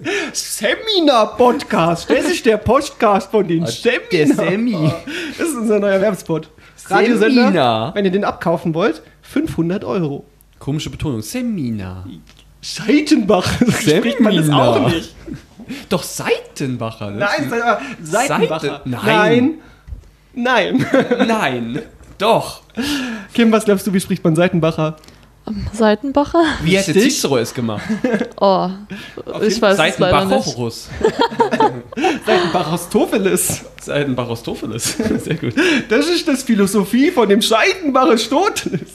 Seminar-Podcast. Das ist der Podcast von den Der Seminar. Semi. Das ist unser neuer Werbespot. Seminar. Radiosender, wenn ihr den abkaufen wollt, fünfhundert Euro. Komische Betonung. Seminar. Seitenbach. Spricht man das Seminar. auch nicht. Doch Seitenbacher. Ne? Nein, Seitenbacher. Seitenbacher. Seite- Nein. Nein. Nein. Nein. Doch. Kim, was glaubst du, wie spricht man Seitenbacher? Seitenbacher? Wie hätte Richtig? Cicero es gemacht? Oh, ich weiß es leider nicht. Seitenbachorus. Seitenbachostopheles. Seitenbachostopheles. Sehr gut. Das ist das Philosophie von dem Seitenbachostopheles.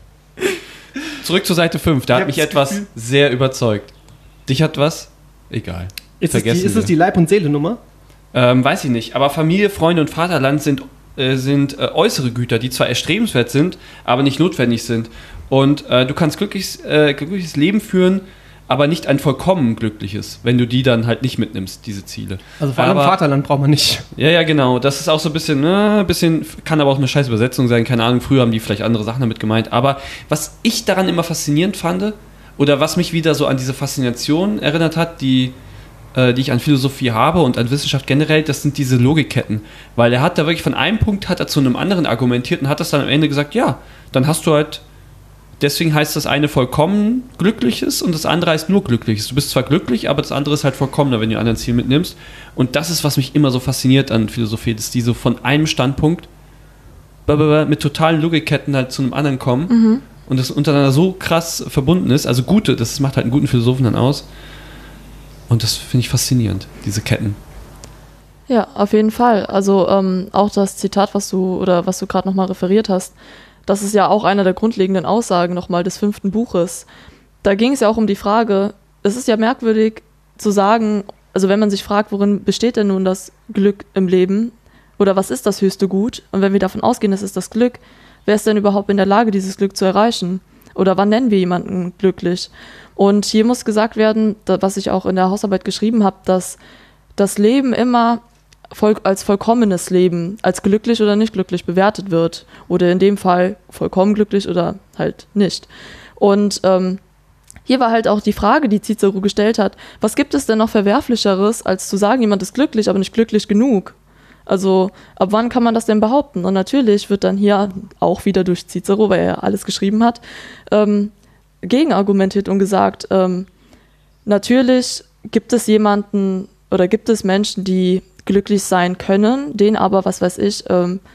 Zurück zur Seite fünf. Da Ich hat hab mich das etwas Gefühl- sehr überzeugt. Dich hat was? Egal. Ist es die, Vergessen ist wir. es die Leib- und Seele-Nummer? Ähm, weiß ich nicht. Aber Familie, Freunde und Vaterland sind, äh, sind äh, äußere Güter, die zwar erstrebenswert sind, aber nicht notwendig sind. Und äh, du kannst glückliches, äh, glückliches Leben führen, aber nicht ein vollkommen glückliches, wenn du die dann halt nicht mitnimmst, diese Ziele. Also vor allem Aber- Vaterland braucht man nicht. Ja, ja, genau. Das ist auch so ein bisschen, ne, ein bisschen, kann aber auch eine scheiß Übersetzung sein. Keine Ahnung, früher haben die vielleicht andere Sachen damit gemeint. Aber was ich daran immer faszinierend fand, oder was mich wieder so an diese Faszination erinnert hat, die, äh, die ich an Philosophie habe und an Wissenschaft generell, das sind diese Logikketten. Weil er hat da wirklich von einem Punkt hat er zu einem anderen argumentiert und hat das dann am Ende gesagt, ja, dann hast du halt, deswegen heißt das eine vollkommen Glückliches und das andere heißt nur Glückliches. Du bist zwar glücklich, aber das andere ist halt vollkommener, wenn du ein anderes Ziel mitnimmst. Und das ist, was mich immer so fasziniert an Philosophie, dass die so von einem Standpunkt mit totalen Logikketten halt zu einem anderen kommen. Mhm. Und das untereinander so krass verbunden ist, also gute, das macht halt einen guten Philosophen dann aus. Und das finde ich faszinierend, diese Ketten. Ja, auf jeden Fall. Also ähm, auch das Zitat, was du oder was du gerade nochmal referiert hast, das ist ja auch einer der grundlegenden Aussagen nochmal des fünften Buches. Da ging es ja auch um die Frage, es ist ja merkwürdig zu sagen, also wenn man sich fragt, worin besteht denn nun das Glück im Leben oder was ist das höchste Gut? Und wenn wir davon ausgehen, es ist das Glück, wer ist denn überhaupt in der Lage, dieses Glück zu erreichen? Oder wann nennen wir jemanden glücklich? Und hier muss gesagt werden, da, was ich auch in der Hausarbeit geschrieben habe, dass das Leben immer voll, als vollkommenes Leben, als glücklich oder nicht glücklich bewertet wird. Oder in dem Fall vollkommen glücklich oder halt nicht. Und ähm, hier war halt auch die Frage, die Cicero gestellt hat, was gibt es denn noch Verwerflicheres, als zu sagen, jemand ist glücklich, aber nicht glücklich genug? Also ab wann kann man das denn behaupten? Und natürlich wird dann hier auch wieder durch Cicero, weil er alles geschrieben hat, ähm, gegenargumentiert und gesagt, ähm, natürlich gibt es jemanden oder gibt es Menschen, die glücklich sein können, denen aber, was weiß ich, ähm,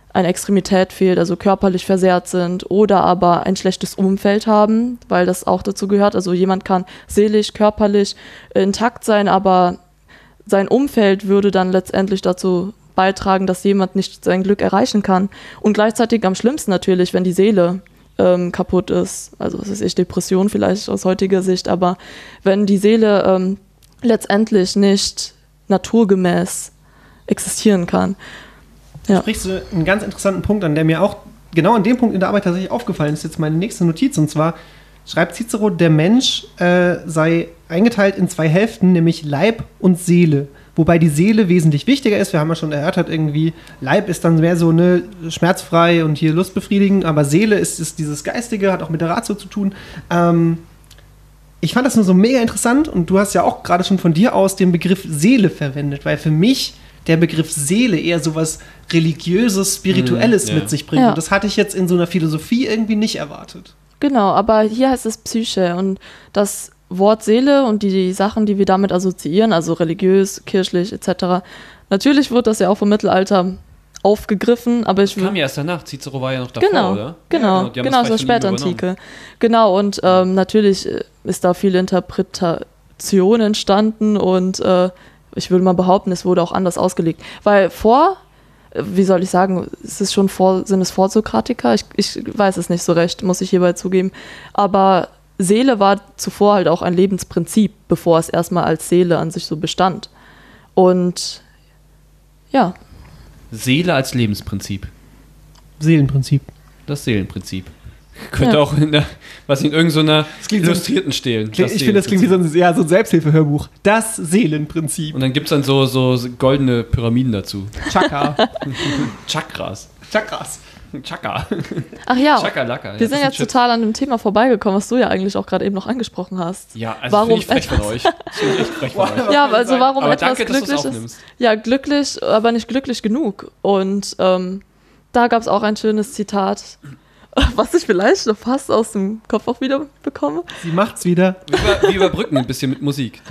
eine Extremität fehlt, also körperlich versehrt sind oder aber ein schlechtes Umfeld haben, weil das auch dazu gehört. Also jemand kann seelisch, körperlich intakt sein, aber sein Umfeld würde dann letztendlich dazu beitragen, dass jemand nicht sein Glück erreichen kann. Und gleichzeitig am schlimmsten natürlich, wenn die Seele ähm, kaputt ist. Also was weiß ich, Depression vielleicht aus heutiger Sicht, aber wenn die Seele ähm, letztendlich nicht naturgemäß existieren kann. Du Ja. sprichst du einen ganz interessanten Punkt an, der mir auch genau an dem Punkt in der Arbeit tatsächlich aufgefallen ist. Jetzt meine nächste Notiz, und zwar schreibt Cicero, der Mensch äh, sei eingeteilt in zwei Hälften, nämlich Leib und Seele. Wobei die Seele wesentlich wichtiger ist. Wir haben ja schon erörtert, irgendwie Leib ist dann mehr so ne, schmerzfrei und hier lustbefriedigend, aber Seele ist, ist dieses Geistige, hat auch mit der Ratio zu tun. Ähm, ich fand das nur so mega interessant und du hast ja auch gerade schon von dir aus den Begriff Seele verwendet, weil für mich der Begriff Seele eher sowas Religiöses, Spirituelles Mm, ja. mit sich bringt. Ja. Und das hatte ich jetzt in so einer Philosophie irgendwie nicht erwartet. Genau, aber hier heißt es Psyche und das Wort Seele und die, die Sachen, die wir damit assoziieren, also religiös, kirchlich et cetera. Natürlich wird das ja auch vom Mittelalter aufgegriffen, aber ich Kam würde ja erst danach. Cicero war ja noch davor, Genau, oder? genau, Ja, die haben genau, das so vielleicht von ihm Spätantike. Genau, und ähm, natürlich ist da viel Interpretation entstanden und äh, ich würde mal behaupten, es wurde auch anders ausgelegt. Weil vor, äh, wie soll ich sagen, ist es schon vor, sind es Vorsokratiker? Ich, ich weiß es nicht so recht, muss ich hierbei zugeben. Aber Seele war zuvor halt auch ein Lebensprinzip, bevor es erstmal als Seele an sich so bestand. Und ja, Seele als Lebensprinzip. Seelenprinzip. Das Seelenprinzip. Könnte Ja. auch in der, was in irgendeiner klingt so- Illustrierten stehen. Ich finde, das klingt wie so ein, ja, so ein Selbsthilfehörbuch. Das Seelenprinzip. Und dann gibt es dann so, so goldene Pyramiden dazu. Chakra. Chakras. Chakras. Chaka. ach ja, Chakalaka. wir sind jetzt total an dem Thema vorbeigekommen, was du ja eigentlich auch gerade eben noch angesprochen hast. Ja, also Warum finde ich frech von euch. Das finde ich echt frech von euch. Ja, also warum Aber etwas danke, dass du es glücklich ist. aufnimmst. Ja, glücklich, aber nicht glücklich genug. Und ähm, da gab es auch ein schönes Zitat, was ich vielleicht noch fast aus dem Kopf auch wieder bekomme. Sie macht's wieder. Wir, über, wir überbrücken ein bisschen mit Musik.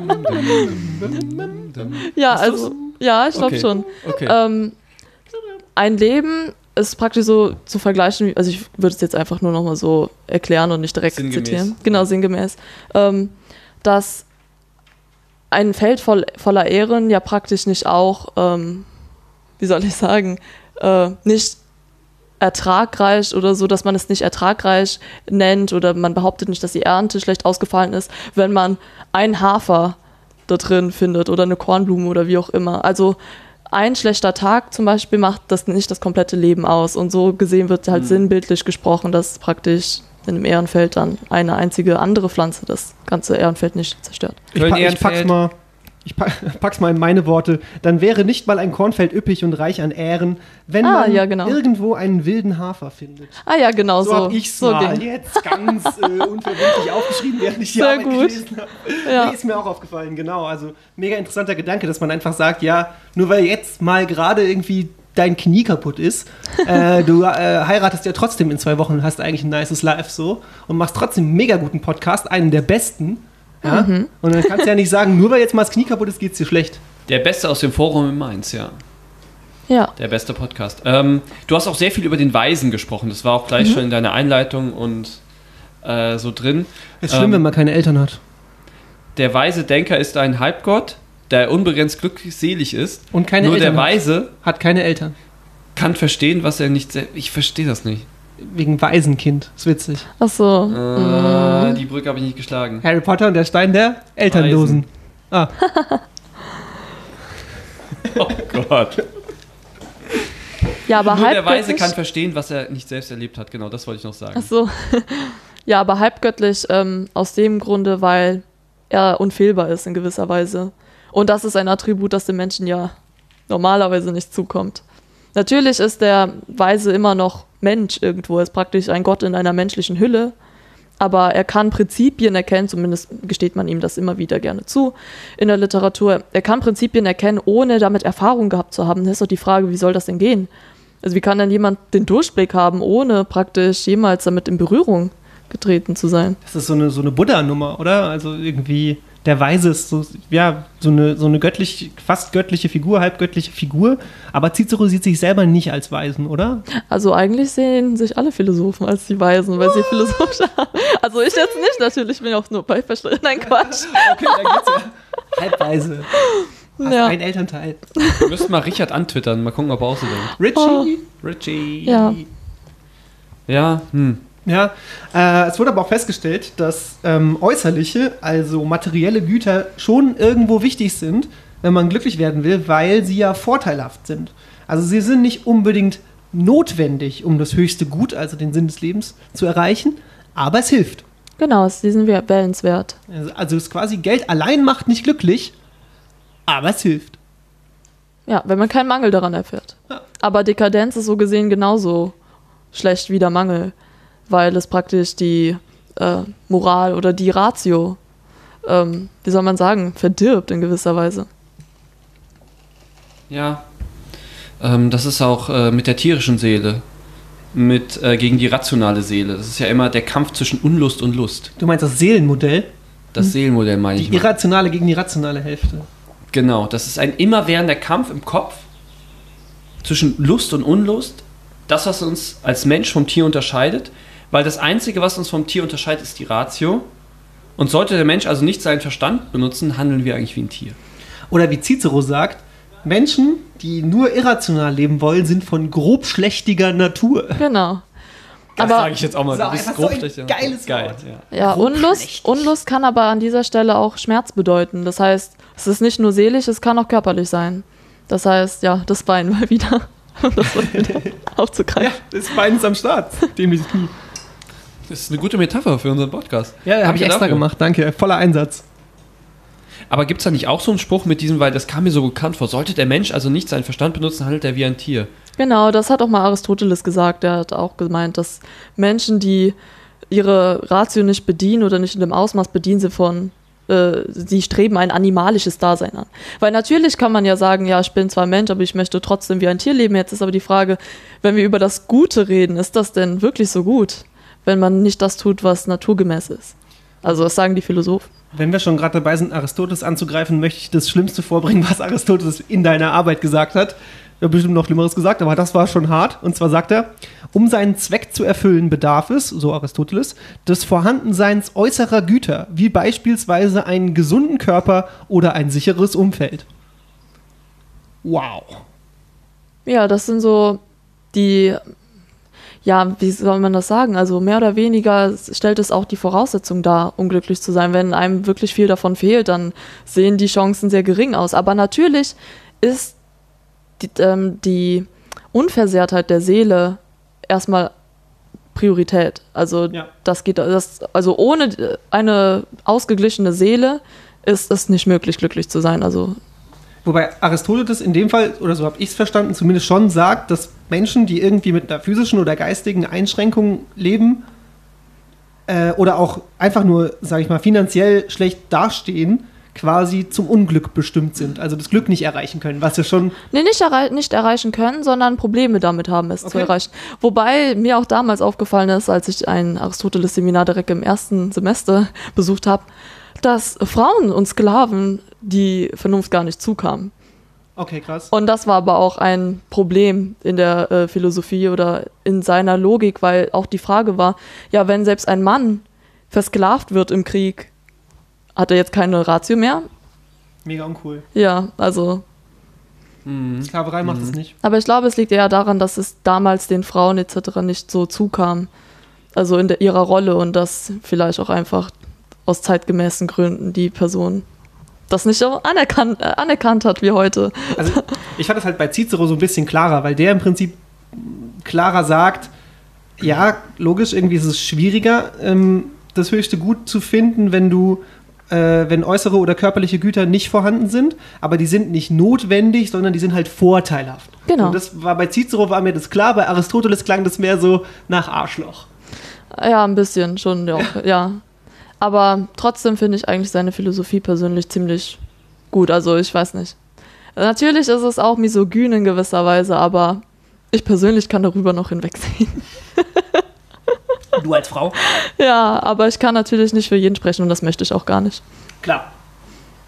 Ja, Hast du's? also, ja, ich glaube Okay. schon. Okay. Ähm, ein Leben ist praktisch so zu vergleichen, wie- also ich würde es jetzt einfach nur nochmal so erklären und nicht direkt Sinngemäß. zitieren. Genau, sinngemäß. Ähm, dass ein Feld voll, voller Ehren ja praktisch nicht auch, ähm, wie soll ich sagen, äh, nicht ertragreich oder so, dass man es nicht ertragreich nennt oder man behauptet nicht, dass die Ernte schlecht ausgefallen ist, wenn man einen Hafer da drin findet oder eine Kornblume oder wie auch immer. Also ein schlechter Tag zum Beispiel macht das nicht das komplette Leben aus und so gesehen wird halt Mhm. sinnbildlich gesprochen, dass praktisch in einem Ehrenfeld dann eine einzige andere Pflanze das ganze Ehrenfeld nicht zerstört. Ich, Köln pa ich pack's Ehrenfeld. mal. Ich pack- pack's mal in meine Worte. Dann wäre nicht mal ein Kornfeld üppig und reich an Ähren, wenn Ah, man ja, genau. irgendwo einen wilden Hafer findet. Ah ja, genau So, so. hab ich's so mal ging. jetzt ganz äh, unverbindlich aufgeschrieben, während ich die Sehr Arbeit gut. gelesen habe. Ja. Nee, ist mir auch aufgefallen, genau. Also mega interessanter Gedanke, dass man einfach sagt, ja, nur weil jetzt mal gerade irgendwie dein Knie kaputt ist, äh, du äh, heiratest ja trotzdem in zwei Wochen und hast eigentlich ein nices Life so und machst trotzdem einen mega guten Podcast, einen der besten. Ja? Mhm. Und dann kannst du ja nicht sagen, nur weil jetzt mal das Knie kaputt ist, geht's dir schlecht. Der Beste aus dem Forum in Mainz, ja. Ja. Der beste Podcast. Ähm, du hast auch sehr viel über den Weisen gesprochen. Das war auch gleich schon in deiner Einleitung und äh, so drin. Ist schlimm, Ähm, wenn man keine Eltern hat. Der weise Denker ist ein Halbgott, der unbegrenzt glückselig ist. Und keine Nur Eltern der hat. Weise Hat keine Eltern. kann verstehen, was er nicht... sel- Ich verstehe das nicht. Wegen Waisenkind. Ist witzig. Ach so. Äh, Mhm. Die Brücke habe ich nicht geschlagen. Harry Potter und der Stein der Elternlosen. Ah, Oh Gott. Ja, aber Nur der Weise halbgöttlich. kann verstehen, was er nicht selbst erlebt hat. Genau, das wollte ich noch sagen. Ach so. Ja, aber halbgöttlich ähm, aus dem Grunde, weil er unfehlbar ist in gewisser Weise. Und das ist ein Attribut, das dem Menschen ja normalerweise nicht zukommt. Natürlich ist der Weise immer noch Mensch irgendwo, er ist praktisch ein Gott in einer menschlichen Hülle, aber er kann Prinzipien erkennen, zumindest gesteht man ihm das immer wieder gerne zu in der Literatur. Er kann Prinzipien erkennen, ohne damit Erfahrung gehabt zu haben. Das ist doch die Frage, wie soll das denn gehen? Also wie kann denn jemand den Durchblick haben, ohne praktisch jemals damit in Berührung getreten zu sein? das ist so eine, so eine Buddha-Nummer, oder? Also irgendwie der Weise ist so, ja, so eine, so eine göttlich, fast göttliche Figur, halbgöttliche Figur. Aber Cicero sieht sich selber nicht als Weisen, oder? Also eigentlich sehen sich alle Philosophen als die Weisen, weil sie philosophisch haben. Also ich jetzt nicht, natürlich, ich bin auch nur bei Verstehen. Nein, Quatsch. Okay, da geht's ja. Halbweise. Hast Ja. ein Elternteil. Wir müssen mal Richard antwittern, mal gucken, ob er auch so denkt. Richie. Oh. Richie. Ja. Ja, hm. Ja, äh, es wurde aber auch festgestellt, dass ähm, äußerliche, also materielle Güter schon irgendwo wichtig sind, wenn man glücklich werden will, weil sie ja vorteilhaft sind. Also sie sind nicht unbedingt notwendig, um das höchste Gut, also den Sinn des Lebens, zu erreichen, aber es hilft. Genau, es- die sind wir wählenswert. Also, also es ist quasi, Geld allein macht nicht glücklich, aber es hilft. Ja, wenn man keinen Mangel daran erfährt. Ja. Aber Dekadenz ist so gesehen genauso schlecht wie der Mangel, weil es praktisch die äh, Moral oder die Ratio, ähm, wie soll man sagen, verdirbt in gewisser Weise. Ja. Ähm, das ist auch äh, mit der tierischen Seele. Mit, äh, gegen die rationale Seele. Das ist ja immer der Kampf zwischen Unlust und Lust. Du meinst das Seelenmodell, Das Seelenmodell meine ich die mal. irrationale gegen die rationale Hälfte. Genau, das ist ein immerwährender Kampf im Kopf zwischen Lust und Unlust. Das, was uns als Mensch vom Tier unterscheidet. Weil das Einzige, was uns vom Tier unterscheidet, ist die Ratio. Und sollte der Mensch also nicht seinen Verstand benutzen, handeln wir eigentlich wie ein Tier. Oder wie Cicero sagt, Menschen, die nur irrational leben wollen, sind von grobschlächtiger Natur. Genau. Das Aber sage ich jetzt auch mal. So, Du bist einfach so ein grobschlächtig. geiles Geil, Wort. ja. ja, Unlust, grobschlächtig. Unlust kann aber an dieser Stelle auch Schmerz bedeuten. Das heißt, es ist nicht nur seelisch, es kann auch körperlich sein. Das heißt, ja, das Bein mal wieder. Um das mal wieder Ja, aufzugreifen. das Bein ist am Start. Dämliches Knie. Das ist eine gute Metapher für unseren Podcast. Ja, habe ich Danke extra dafür. gemacht. Danke. Voller Einsatz. Aber gibt es da nicht auch so einen Spruch mit diesem, weil das kam mir so bekannt vor, sollte der Mensch also nicht seinen Verstand benutzen, handelt er wie ein Tier. Genau, das hat auch mal Aristoteles gesagt. Der hat auch gemeint, dass Menschen, die ihre Ratio nicht bedienen oder nicht in dem Ausmaß bedienen, sie von, äh, sie streben ein animalisches Dasein an. Weil natürlich kann man ja sagen, ja, ich bin zwar Mensch, aber ich möchte trotzdem wie ein Tier leben. Jetzt ist aber die Frage, wenn wir über das Gute reden, ist das denn wirklich so gut, wenn man nicht das tut, was naturgemäß ist? Also das sagen die Philosophen. Wenn wir schon gerade dabei sind, Aristoteles anzugreifen, möchte ich das Schlimmste vorbringen, was Aristoteles in deiner Arbeit gesagt hat. Er hat bestimmt noch Schlimmeres gesagt, aber das war schon hart. Und zwar sagt er, um seinen Zweck zu erfüllen, bedarf es, so Aristoteles, des Vorhandenseins äußerer Güter, wie beispielsweise einen gesunden Körper oder ein sicheres Umfeld. Wow. Ja, das sind so die, ja, wie soll man das sagen? Also mehr oder weniger stellt es auch die Voraussetzung dar, um glücklich zu sein. Wenn einem wirklich viel davon fehlt, dann sehen die Chancen sehr gering aus. Aber natürlich ist die, ähm, die Unversehrtheit der Seele erstmal Priorität. Also Ja. das geht, das, also ohne eine ausgeglichene Seele ist es nicht möglich, glücklich zu sein. Also Wobei Aristoteles in dem Fall, oder so habe ich es verstanden, zumindest schon sagt, dass Menschen, die irgendwie mit einer physischen oder geistigen Einschränkung leben äh, oder auch einfach nur, sage ich mal, finanziell schlecht dastehen, quasi zum Unglück bestimmt sind. Also das Glück nicht erreichen können, was ja schon... Nee, nicht, errei nicht erreichen können, sondern Probleme damit haben, es zu Okay. erreichen. Wobei mir auch damals aufgefallen ist, als ich ein Aristoteles-Seminar direkt im ersten Semester besucht habe, dass Frauen und Sklaven die Vernunft gar nicht zukamen. Okay, krass. Und das war aber auch ein Problem in der äh, Philosophie oder in seiner Logik, weil auch die Frage war, ja, wenn selbst ein Mann versklavt wird im Krieg, hat er jetzt keine Ratio mehr? Mega uncool. Ja, also Sklaverei macht es nicht. aber ich glaube, es liegt eher daran, dass es damals den Frauen et cetera nicht so zukam. Also in der, ihrer Rolle und dass vielleicht auch einfach aus zeitgemäßen Gründen die Person das nicht so anerkannt, äh, anerkannt hat wie heute. Also ich fand das halt bei Cicero so ein bisschen klarer, weil der im Prinzip klarer sagt, ja, logisch, irgendwie ist es schwieriger, ähm, das höchste Gut zu finden, wenn du äh, wenn äußere oder körperliche Güter nicht vorhanden sind, aber die sind nicht notwendig, sondern die sind halt vorteilhaft. Genau. Und das war bei Cicero war mir das klar, bei Aristoteles klang das mehr so nach Arschloch. Ja, ein bisschen schon, ja. Auch, ja. Aber trotzdem finde ich eigentlich seine Philosophie persönlich ziemlich gut. Also ich weiß nicht. Natürlich ist es auch misogyn in gewisser Weise, aber ich persönlich kann darüber noch hinwegsehen. Du als Frau? Ja, aber ich kann natürlich nicht für jeden sprechen und das möchte ich auch gar nicht. Klar.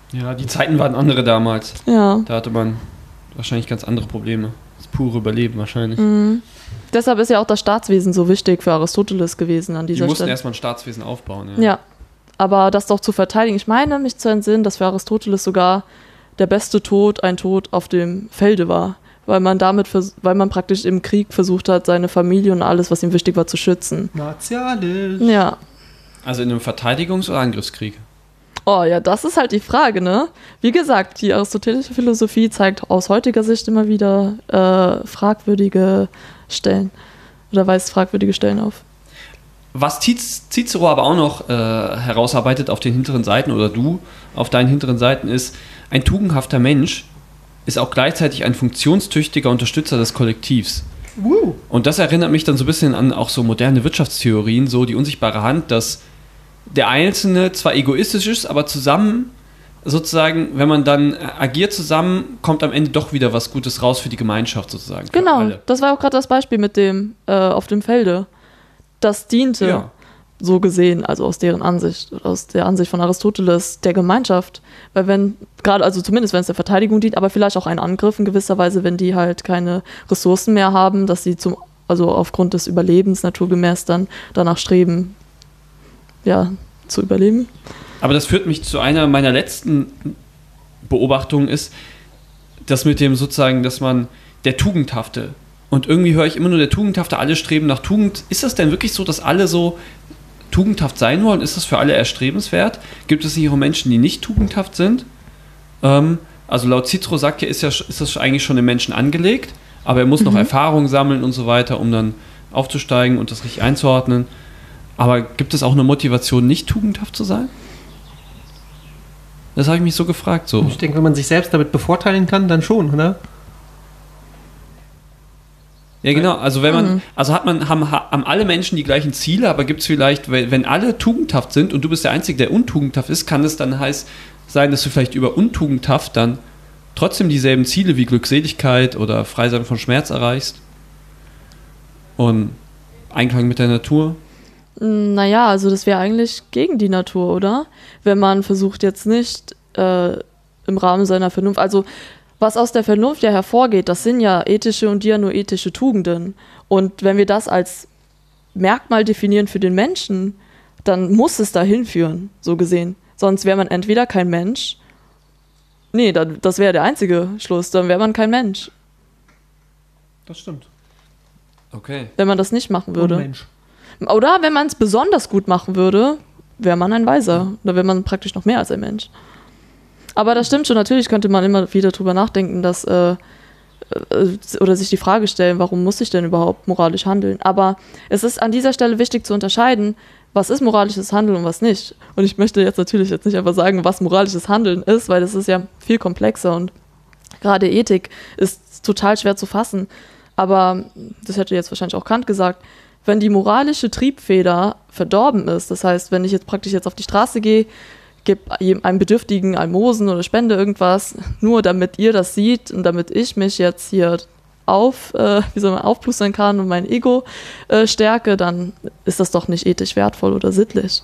Ja, die Zeiten waren andere damals. Ja. Da hatte man wahrscheinlich ganz andere Probleme. Das pure Überleben wahrscheinlich. Mhm. Deshalb ist ja auch das Staatswesen so wichtig für Aristoteles gewesen an Die dieser mussten Stelle. erstmal ein Staatswesen aufbauen. Ja. Ja, aber das doch zu verteidigen. Ich meine, mich zu entsinnen, dass für Aristoteles sogar der beste Tod ein Tod auf dem Felde war, weil man damit, vers- weil man praktisch im Krieg versucht hat, seine Familie und alles, was ihm wichtig war, zu schützen. Martialisch. Ja. Also in einem Verteidigungs- oder Angriffskrieg? Oh ja, das ist halt die Frage, ne? Wie gesagt, die aristotelische Philosophie zeigt aus heutiger Sicht immer wieder äh, fragwürdige Stellen oder weist fragwürdige Stellen auf. Was Cic- Cicero aber auch noch äh, herausarbeitet auf den hinteren Seiten oder du auf deinen hinteren Seiten ist, ein tugendhafter Mensch ist auch gleichzeitig ein funktionstüchtiger Unterstützer des Kollektivs. Woo. Und das erinnert mich dann so ein bisschen an auch so moderne Wirtschaftstheorien, so die unsichtbare Hand, dass der Einzelne zwar egoistisch ist, aber zusammen sozusagen, wenn man dann agiert zusammen, kommt am Ende doch wieder was Gutes raus für die Gemeinschaft sozusagen. für Genau, alle. das war auch gerade das Beispiel mit dem äh, auf dem Felde. Das diente Ja. so gesehen, also aus deren Ansicht, aus der Ansicht von Aristoteles, der Gemeinschaft. Weil wenn, gerade, also zumindest wenn es der Verteidigung dient, aber vielleicht auch ein Angriff in gewisser Weise, wenn die halt keine Ressourcen mehr haben, dass sie zum, also aufgrund des Überlebens naturgemäß dann danach streben, ja, zu überleben. Aber das führt mich zu einer meiner letzten Beobachtungen ist, das mit dem sozusagen, dass man der Tugendhafte und irgendwie höre ich immer nur der Tugendhafte, alle streben nach Tugend. Ist das denn wirklich so, dass alle so tugendhaft sein wollen? Ist das für alle erstrebenswert? Gibt es nicht auch Menschen, die nicht tugendhaft sind? Ähm, also laut Cicero sagt ja, ist, ja, ist das eigentlich schon im Menschen angelegt, aber er muss noch Erfahrung sammeln und so weiter, um dann aufzusteigen und das richtig einzuordnen. Aber gibt es auch eine Motivation, nicht tugendhaft zu sein? Das habe ich mich so gefragt. So. Ich denke, wenn man sich selbst damit bevorteilen kann, dann schon, oder? Ja, genau. Also wenn man, also hat man, haben, haben alle Menschen die gleichen Ziele, aber gibt es vielleicht, wenn wenn alle tugendhaft sind und du bist der Einzige, der untugendhaft ist, kann es dann heißt sein, dass du vielleicht über untugendhaft dann trotzdem dieselben Ziele wie Glückseligkeit oder Freisein von Schmerz erreichst und Einklang mit der Natur. Naja, also das wäre eigentlich gegen die Natur, oder? Wenn man versucht jetzt nicht äh, im Rahmen seiner Vernunft, also was aus der Vernunft ja hervorgeht, das sind ja ethische und dianoetische Tugenden. Und wenn wir das als Merkmal definieren für den Menschen, dann muss es dahin führen, so gesehen. Sonst wäre man entweder kein Mensch, nee, dann, das wäre der einzige Schluss, dann wäre man kein Mensch, Das stimmt. Okay. wenn man das nicht machen würde. Und Mensch. Oder wenn man es besonders gut machen würde, wäre man ein Weiser. Oder wäre man praktisch noch mehr als ein Mensch. Aber das stimmt schon, natürlich könnte man immer wieder drüber nachdenken, dass, äh, äh, oder sich die Frage stellen, warum muss ich denn überhaupt moralisch handeln? Aber es ist an dieser Stelle wichtig zu unterscheiden, was ist moralisches Handeln und was nicht. Und ich möchte jetzt natürlich jetzt nicht einfach sagen, was moralisches Handeln ist, weil das ist ja viel komplexer und gerade Ethik ist total schwer zu fassen. Aber das hätte jetzt wahrscheinlich auch Kant gesagt, wenn die moralische Triebfeder verdorben ist, das heißt, wenn ich jetzt praktisch jetzt auf die Straße gehe, gebe einem Bedürftigen Almosen oder spende irgendwas, nur damit ihr das seht und damit ich mich jetzt hier auf, äh, wie soll man, aufplustern kann und mein Ego äh, stärke, dann ist das doch nicht ethisch wertvoll oder sittlich.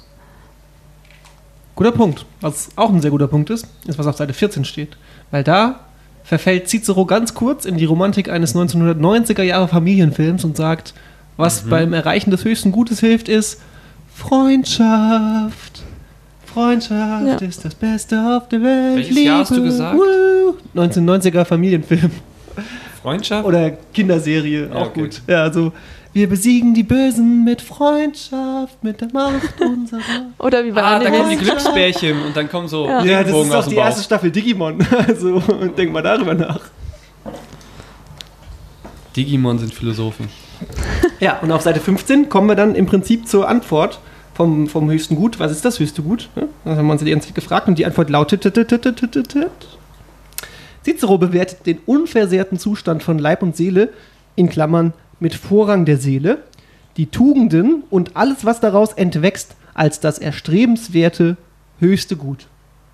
Guter Punkt. Was auch ein sehr guter Punkt ist, ist, was auf Seite vierzehn steht. Weil da verfällt Cicero ganz kurz in die Romantik eines neunzehnhundertneunziger Jahre Familienfilms und sagt, was Mhm. beim Erreichen des höchsten Gutes hilft, ist Freundschaft. Freundschaft Ja. ist das Beste auf der Welt. Welches Jahr hast du gesagt? Woo. neunzehnhundertneunziger Familienfilm. Freundschaft? Oder Kinderserie, Ja, auch okay. gut. Ja, also, wir besiegen die Bösen mit Freundschaft, mit der Macht unserer. Oder wie bei Ah, da Animes. kommen die Glücksbärchen und dann kommen so Ja. Ja, das Regenbogen ist aus auch dem die Bauch. erste Staffel Digimon. Also, denk mal darüber nach. Digimon sind Philosophen. Ja, und auf Seite fünfzehn kommen wir dann im Prinzip zur Antwort vom, vom höchsten Gut. Was ist das höchste Gut? Ja, das haben wir uns die ganze Zeit gefragt und die Antwort lautet: Cicero bewertet den unversehrten Zustand von Leib und Seele, in Klammern mit Vorrang der Seele, die Tugenden und alles, was daraus entwächst, als das erstrebenswerte höchste Gut.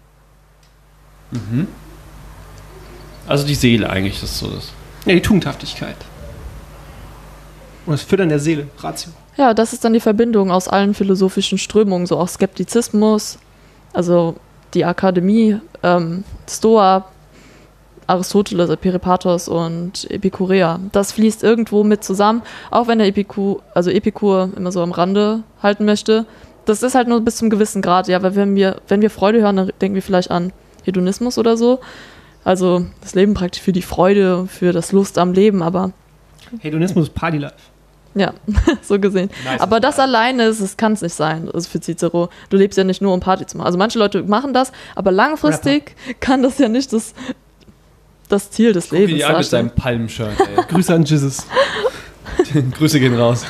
Also die Seele eigentlich, das ist so das. Ja, die Tugendhaftigkeit. Und das Füttern der Seele, Ratio. Ja, das ist dann die Verbindung aus allen philosophischen Strömungen, so auch Skeptizismus, also die Akademie, ähm, Stoa, Aristoteles, Peripatos und Epikureer. Das fließt irgendwo mit zusammen, auch wenn der Epikur, also Epikur immer so am Rande halten möchte. Das ist halt nur bis zum gewissen Grad, ja, weil wenn wir, wenn wir Freude hören, dann denken wir vielleicht an Hedonismus oder so. Also das Leben praktisch für die Freude, für das Lust am Leben, aber Hedonismus ist Party Life. ja, so gesehen. Nice. Aber das alleine, das kann es nicht sein, also für Cicero. Du lebst ja nicht nur, um Party zu machen. Also manche Leute machen das, aber langfristig Rapper. kann das ja nicht das, das Ziel des Guck dir Lebens die an mit darstellen. seinem Palmshirt, ey. Grüße an Jesus. Grüße gehen raus.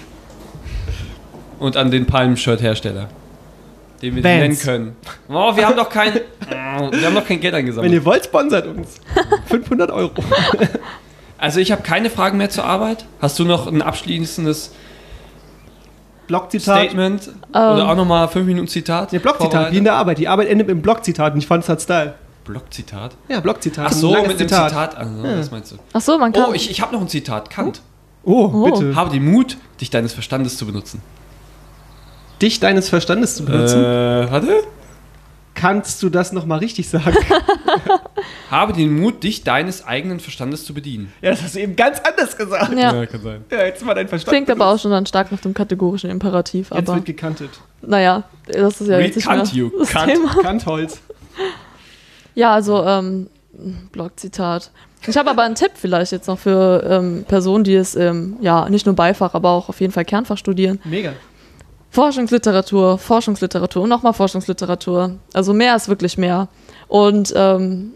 Und an den Palmshirt-Hersteller, den wir Vans. nennen können. Oh, wir haben noch kein, wir haben noch kein Geld Wenn eingesammelt. ihr wollt, sponsert uns. fünfhundert Euro. Also ich habe keine Fragen mehr zur Arbeit. Hast du noch ein abschließendes Blockzitat. Statement? Oder auch nochmal fünf Minuten Zitat? Ne, Blockzitat, vorbereitet? wie in der Arbeit. Die Arbeit endet mit einem Blockzitat und ich fand es halt Style. Blockzitat? Ja, Blockzitat. Ach so, ein mit langes einem Zitat. Also, Ja. Was meinst du? Ach so, man kann. Oh, ich, ich habe noch ein Zitat. Kant. Oh, Oh. bitte. Habe den Mut, dich deines Verstandes zu benutzen. Dich deines Verstandes zu benutzen. Äh, warte. Kannst du das nochmal richtig sagen? Habe den Mut, dich deines eigenen Verstandes zu bedienen. Ja, das hast du eben ganz anders gesagt. ja, kann sein. Ja, jetzt mal dein Verstand. klingt aber auch schon dann stark nach dem kategorischen Imperativ. Jetzt Aber wird gekantet. naja, das ist ja jetzt nicht mehr Recant you. das Kant, Thema. Kantholz. Ja, also ähm, Blogzitat. Ich habe aber einen Tipp vielleicht jetzt noch für ähm, Personen, die es ähm, ja nicht nur Beifach, aber auch auf jeden Fall Kernfach studieren. Mega. Forschungsliteratur, Forschungsliteratur und nochmal Forschungsliteratur. Also mehr ist wirklich mehr. Und ähm,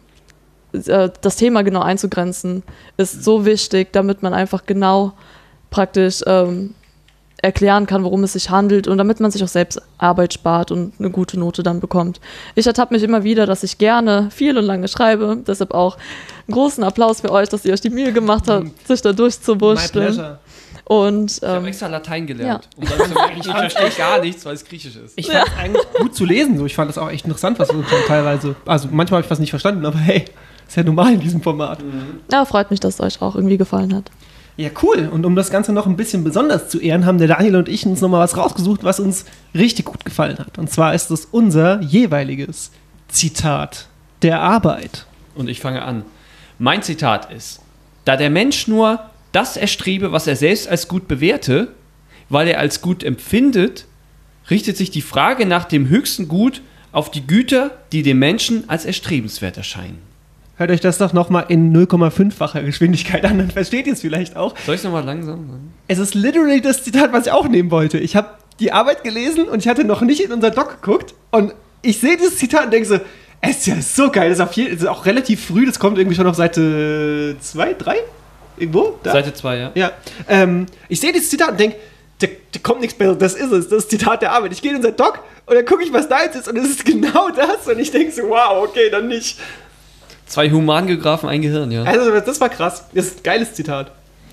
äh, das Thema genau einzugrenzen ist so wichtig, damit man einfach genau praktisch ähm, erklären kann, worum es sich handelt und damit man sich auch selbst Arbeit spart und eine gute Note dann bekommt. Ich ertappe mich immer wieder, dass ich gerne viel und lange schreibe. Deshalb auch einen großen Applaus für euch, dass ihr euch die Mühe gemacht habt, sich da My durchzuwurschteln. pleasure. Und Ich habe ähm, extra Latein gelernt. Um dann zu merken, ich verstehe gar nichts, weil es griechisch ist. Ich fand es eigentlich gut zu lesen. So. Ich fand das auch echt interessant, was so teilweise. Also manchmal habe ich was nicht verstanden, aber hey, ist ja normal in diesem Format. ja, freut mich, dass es euch auch irgendwie gefallen hat. Ja, cool. Und um das Ganze noch ein bisschen besonders zu ehren, haben der Daniel und ich uns nochmal was rausgesucht, was uns richtig gut gefallen hat. Und zwar ist es unser jeweiliges Zitat der Arbeit. Und ich fange an. Mein Zitat ist: Da der Mensch nur das erstrebe, was er selbst als gut bewährte, weil er als gut empfindet, richtet sich die Frage nach dem höchsten Gut auf die Güter, die dem Menschen als erstrebenswert erscheinen. Hört euch das doch nochmal in null Komma fünf-facher Geschwindigkeit an, dann versteht ihr es vielleicht auch. Soll ich es nochmal langsam sagen? Es ist literally das Zitat, was ich auch nehmen wollte. Ich habe die Arbeit gelesen und ich hatte noch nicht in unser Doc geguckt und ich sehe dieses Zitat und denke so, es ist ja so geil, das ist, auf jeden, das ist auch relativ früh, das kommt irgendwie schon auf Seite zwei, drei? Irgendwo? Da? Seite zwei, ja. Ja. Ähm, ich sehe dieses Zitat und denke, da, da kommt nichts besser, das ist es, das ist das Zitat der Arbeit. Ich gehe in unser Doc und dann gucke ich, was da jetzt ist und es ist genau das und ich denke so, wow, okay, dann nicht. Zwei Humangeografen, ein Gehirn, ja. Also das war krass, das ist ein geiles Zitat.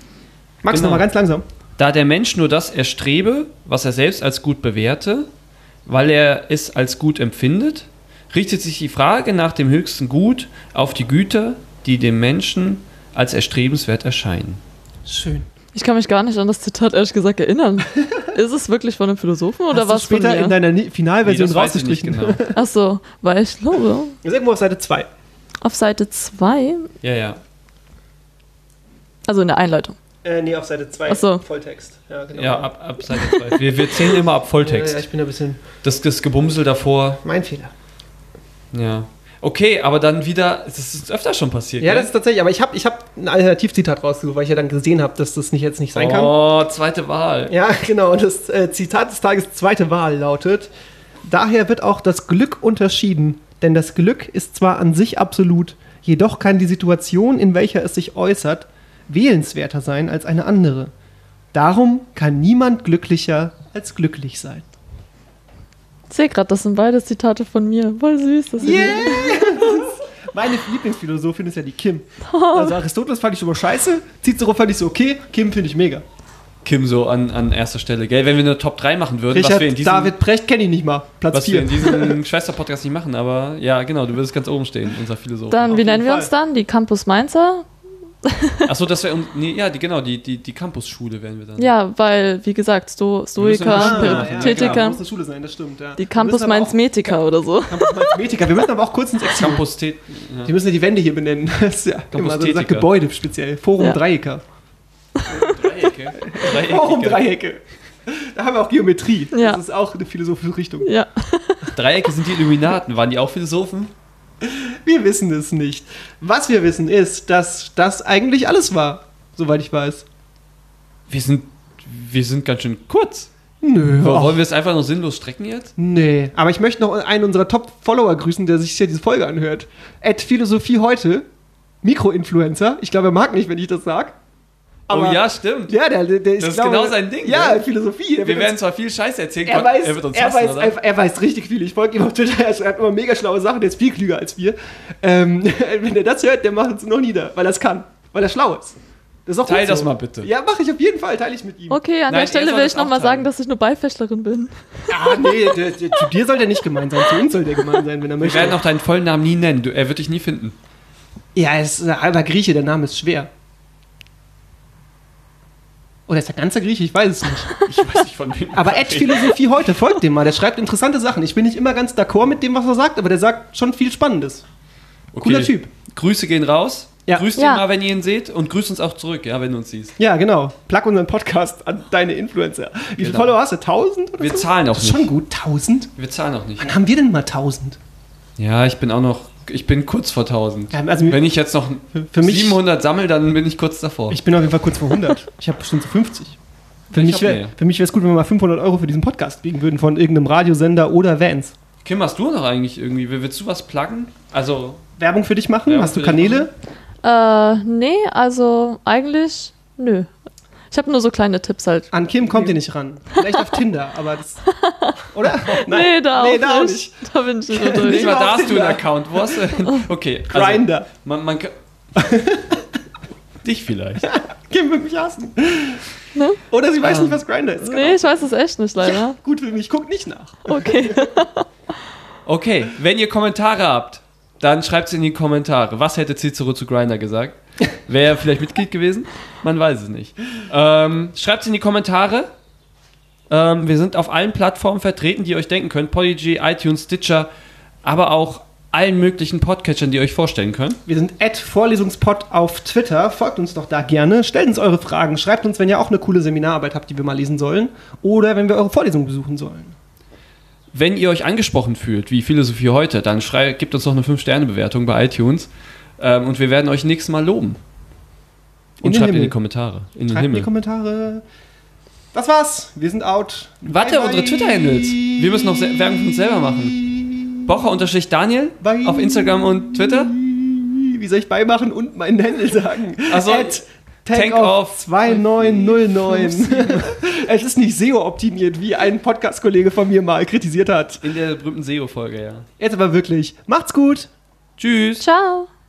Max, Genau. nochmal ganz langsam. Da der Mensch nur das erstrebe, was er selbst als gut bewährte, weil er es als gut empfindet, richtet sich die Frage nach dem höchsten Gut auf die Güter, die dem Menschen als erstrebenswert erscheinen. Schön. Ich kann mich gar nicht an das Zitat ehrlich gesagt erinnern. Ist es wirklich von einem Philosophen oder Hast was du von später mir? in deiner Ni- Finalversion das weiß ich nicht rausgestrichen? genau. Ach so, weil ich glaube, Das ist irgendwo auf Seite zwei. auf Seite zwei, Ja, ja. also in der Einleitung. Äh, nee, auf Seite zwei. Ach so. Volltext. Ja, genau. Ja, ab, ab Seite zwei. Wir, wir zählen immer ab Ja, Volltext. ja, ich bin ein bisschen. Das, das Gebumsel davor, Mein Fehler. ja. Okay, aber dann wieder, das ist öfter schon passiert, Ja, gell? das ist tatsächlich, aber ich habe ich hab ein Alternativzitat rausgesucht, weil ich ja dann gesehen habe, dass das nicht jetzt nicht sein kann. Oh, zweite Wahl. Ja, genau. Und das äh, Zitat des Tages, zweite Wahl, lautet: Daher wird auch das Glück unterschieden, denn das Glück ist zwar an sich absolut, jedoch kann die Situation, in welcher es sich äußert, wählenswerter sein als eine andere. Darum kann niemand glücklicher als glücklich sein. Ich sehe gerade, das sind beide Zitate von mir. Voll süß. Das Yeah! Meine Lieblingsphilosophin ist ja die Kim. Also Aristoteles fand ich schon mal scheiße, Cicero fand ich so okay, Kim finde ich mega. Kim so an, an erster Stelle, gell? Wenn wir eine Top drei machen würden, was wir in Richard diesem, David Brecht kenne ich nicht mal, Platz was wir vier. in diesem Schwester-Podcast nicht machen, aber ja, genau, du würdest ganz oben stehen, unser Philosoph. Dann, Auf wie jeden nennen wir Fall. uns dann? Die Campus Mainzer? Achso, das wäre, nee, ja, die, genau, die, die, die Campusschule wären wir dann. Ja, weil, wie gesagt, Sto Stoiker, Ah, ja, Peripathetiker, klar, muss eine Schule sein, das stimmt, ja. die Wir Campus müssen aber Mainz auch- Medica oder so. Campus Mainz Medica. Wir müssen aber auch kurz ins Exil. Campus T. Ja. Die müssen ja die Wände hier benennen. Das ist ja immer so, das sagt Tätiker. Gebäude speziell. Forum Ja. Dreiecker. Dreiecke. Forum Dreiecke. Dreiecke. Da haben wir auch Geometrie. Ja. Das ist auch eine philosophische Richtung. Ja. Dreiecke sind die Illuminaten. Waren die auch Philosophen? Wir wissen es nicht. Was wir wissen ist, dass das eigentlich alles war, soweit ich weiß. Wir sind, wir sind ganz schön kurz. Nö. Wollen Wollen wir es einfach nur sinnlos strecken jetzt? Nee. Aber ich möchte noch einen unserer Top-Follower grüßen, der sich hier diese Folge anhört. At Philosophie heute. Mikroinfluencer. Ich glaube, er mag nicht, wenn ich das sage. Oh ja, stimmt. Ja, der, der, der ist, Das ist glaube, genau sein Ding, Ja, ne? Philosophie. Der Wir wird werden uns- zwar viel Scheiße erzählen, Er Gott, weiß, er wird uns er, hassen, weiß oder? einfach, er weiß richtig viel. Ich folge ihm auf Twitter, er schreibt immer mega schlaue Sachen, der ist viel klüger als wir. Ähm, wenn er das hört, der macht uns noch nieder, weil er es kann, weil er schlau ist. Das ist auch Teil gut das so. mal bitte. Ja, mache ich auf jeden Fall, teile ich mit ihm. Okay, an Nein, der er Stelle soll will das ich nochmal auch teilen. sagen, dass ich nur Beifächlerin bin. Ah, nee, der, der, zu dir soll der nicht gemein sein, zu uns soll der gemein sein, wenn er Wir möchte. werden auch deinen vollen Namen nie nennen. Du, er wird dich nie finden. Ja, er ist ein halber Grieche, der Name ist schwer. Oder ist der ganze Grieche? Ich weiß es nicht. Ich weiß nicht, von wem. Aber Ed Philosophie heute, folgt dem mal. Der schreibt interessante Sachen. Ich bin nicht immer ganz d'accord mit dem, was er sagt, aber der sagt schon viel Spannendes. Okay. Cooler Typ. Grüße gehen raus. Ja. Grüßt Ja. ihn mal, wenn ihr ihn seht. Und grüßt uns auch zurück, ja, wenn du uns siehst. Ja, genau. Plug unseren Podcast an deine Influencer. Wie viele Genau. Follower hast du? tausend oder Wir so? zahlen auch Das ist schon nicht. gut. tausend? Wir zahlen auch nicht. Wann haben wir denn mal tausend? Ja, ich bin auch noch, ich bin kurz vor tausend. Ja, also Wenn ich jetzt noch für mich- siebenhundert sammle, dann bin ich kurz davor. Ich bin auf jeden Fall kurz vor hundert. Ich habe bestimmt so fünfzig. Für Ich mich hab wäre mehr. es gut, wenn wir mal fünfhundert Euro für diesen Podcast kriegen würden von irgendeinem Radiosender oder Vans. Kim, hast du noch eigentlich irgendwie, willst du was pluggen? Also, Werbung für dich machen? Werbung Hast du für dich Kanäle? Äh, nee, also eigentlich, nö. Ich habe nur so kleine Tipps halt. An Kim kommt ihr nicht ran. Vielleicht auf Tinder, aber das... Oder? nee, da, nee, auch, da auch nicht. nicht. Da bin ich nicht so nicht durch. mal auf da hast du einen Tinder. Account. Wo hast du? Okay. also, Grindr. Man, man kann. Dich vielleicht. Kim wird mich hassen. Ne? Oder sie weiß Ah. nicht, was Grindr ist. Nee, ich weiß es echt nicht, leider. Ja, gut für mich, guck nicht nach. Okay. Okay, wenn ihr Kommentare habt, dann schreibt es in die Kommentare. Was hätte Cicero zu Grindr gesagt? Wäre er vielleicht Mitglied gewesen? Man weiß es nicht. Ähm, schreibt es in die Kommentare. Ähm, wir sind auf allen Plattformen vertreten, die ihr euch denken könnt. Podigy, iTunes, Stitcher, aber auch allen möglichen Podcatchern, die ihr euch vorstellen könnt. Wir sind at Vorlesungspod auf Twitter. Folgt uns doch da gerne. Stellt uns eure Fragen. Schreibt uns, wenn ihr auch eine coole Seminararbeit habt, die wir mal lesen sollen. Oder wenn wir eure Vorlesung besuchen sollen. Wenn ihr euch angesprochen fühlt, wie Philosophie heute, dann schreibt, gebt uns noch eine fünf Sterne Bewertung bei iTunes. Ähm, und wir werden euch nächstes Mal loben. In Und den schreibt in Himmel. die Kommentare. In den Schreibt in die Himmel. Kommentare. Das war's. Wir sind out. Warte, Bye, unsere bye. Twitter-Handles. Wir müssen noch se- Werbung für uns selber machen. Bocher-Daniel Bye. auf Instagram und Twitter. Wie soll ich beimachen und meinen Handle sagen? Also, At Tank Tankoff off zwei neun null neun. Es ist nicht S E O-optimiert, wie ein Podcast-Kollege von mir mal kritisiert hat. in der berühmten S E O-Folge, ja. Jetzt aber wirklich. Macht's gut. Tschüss. Ciao.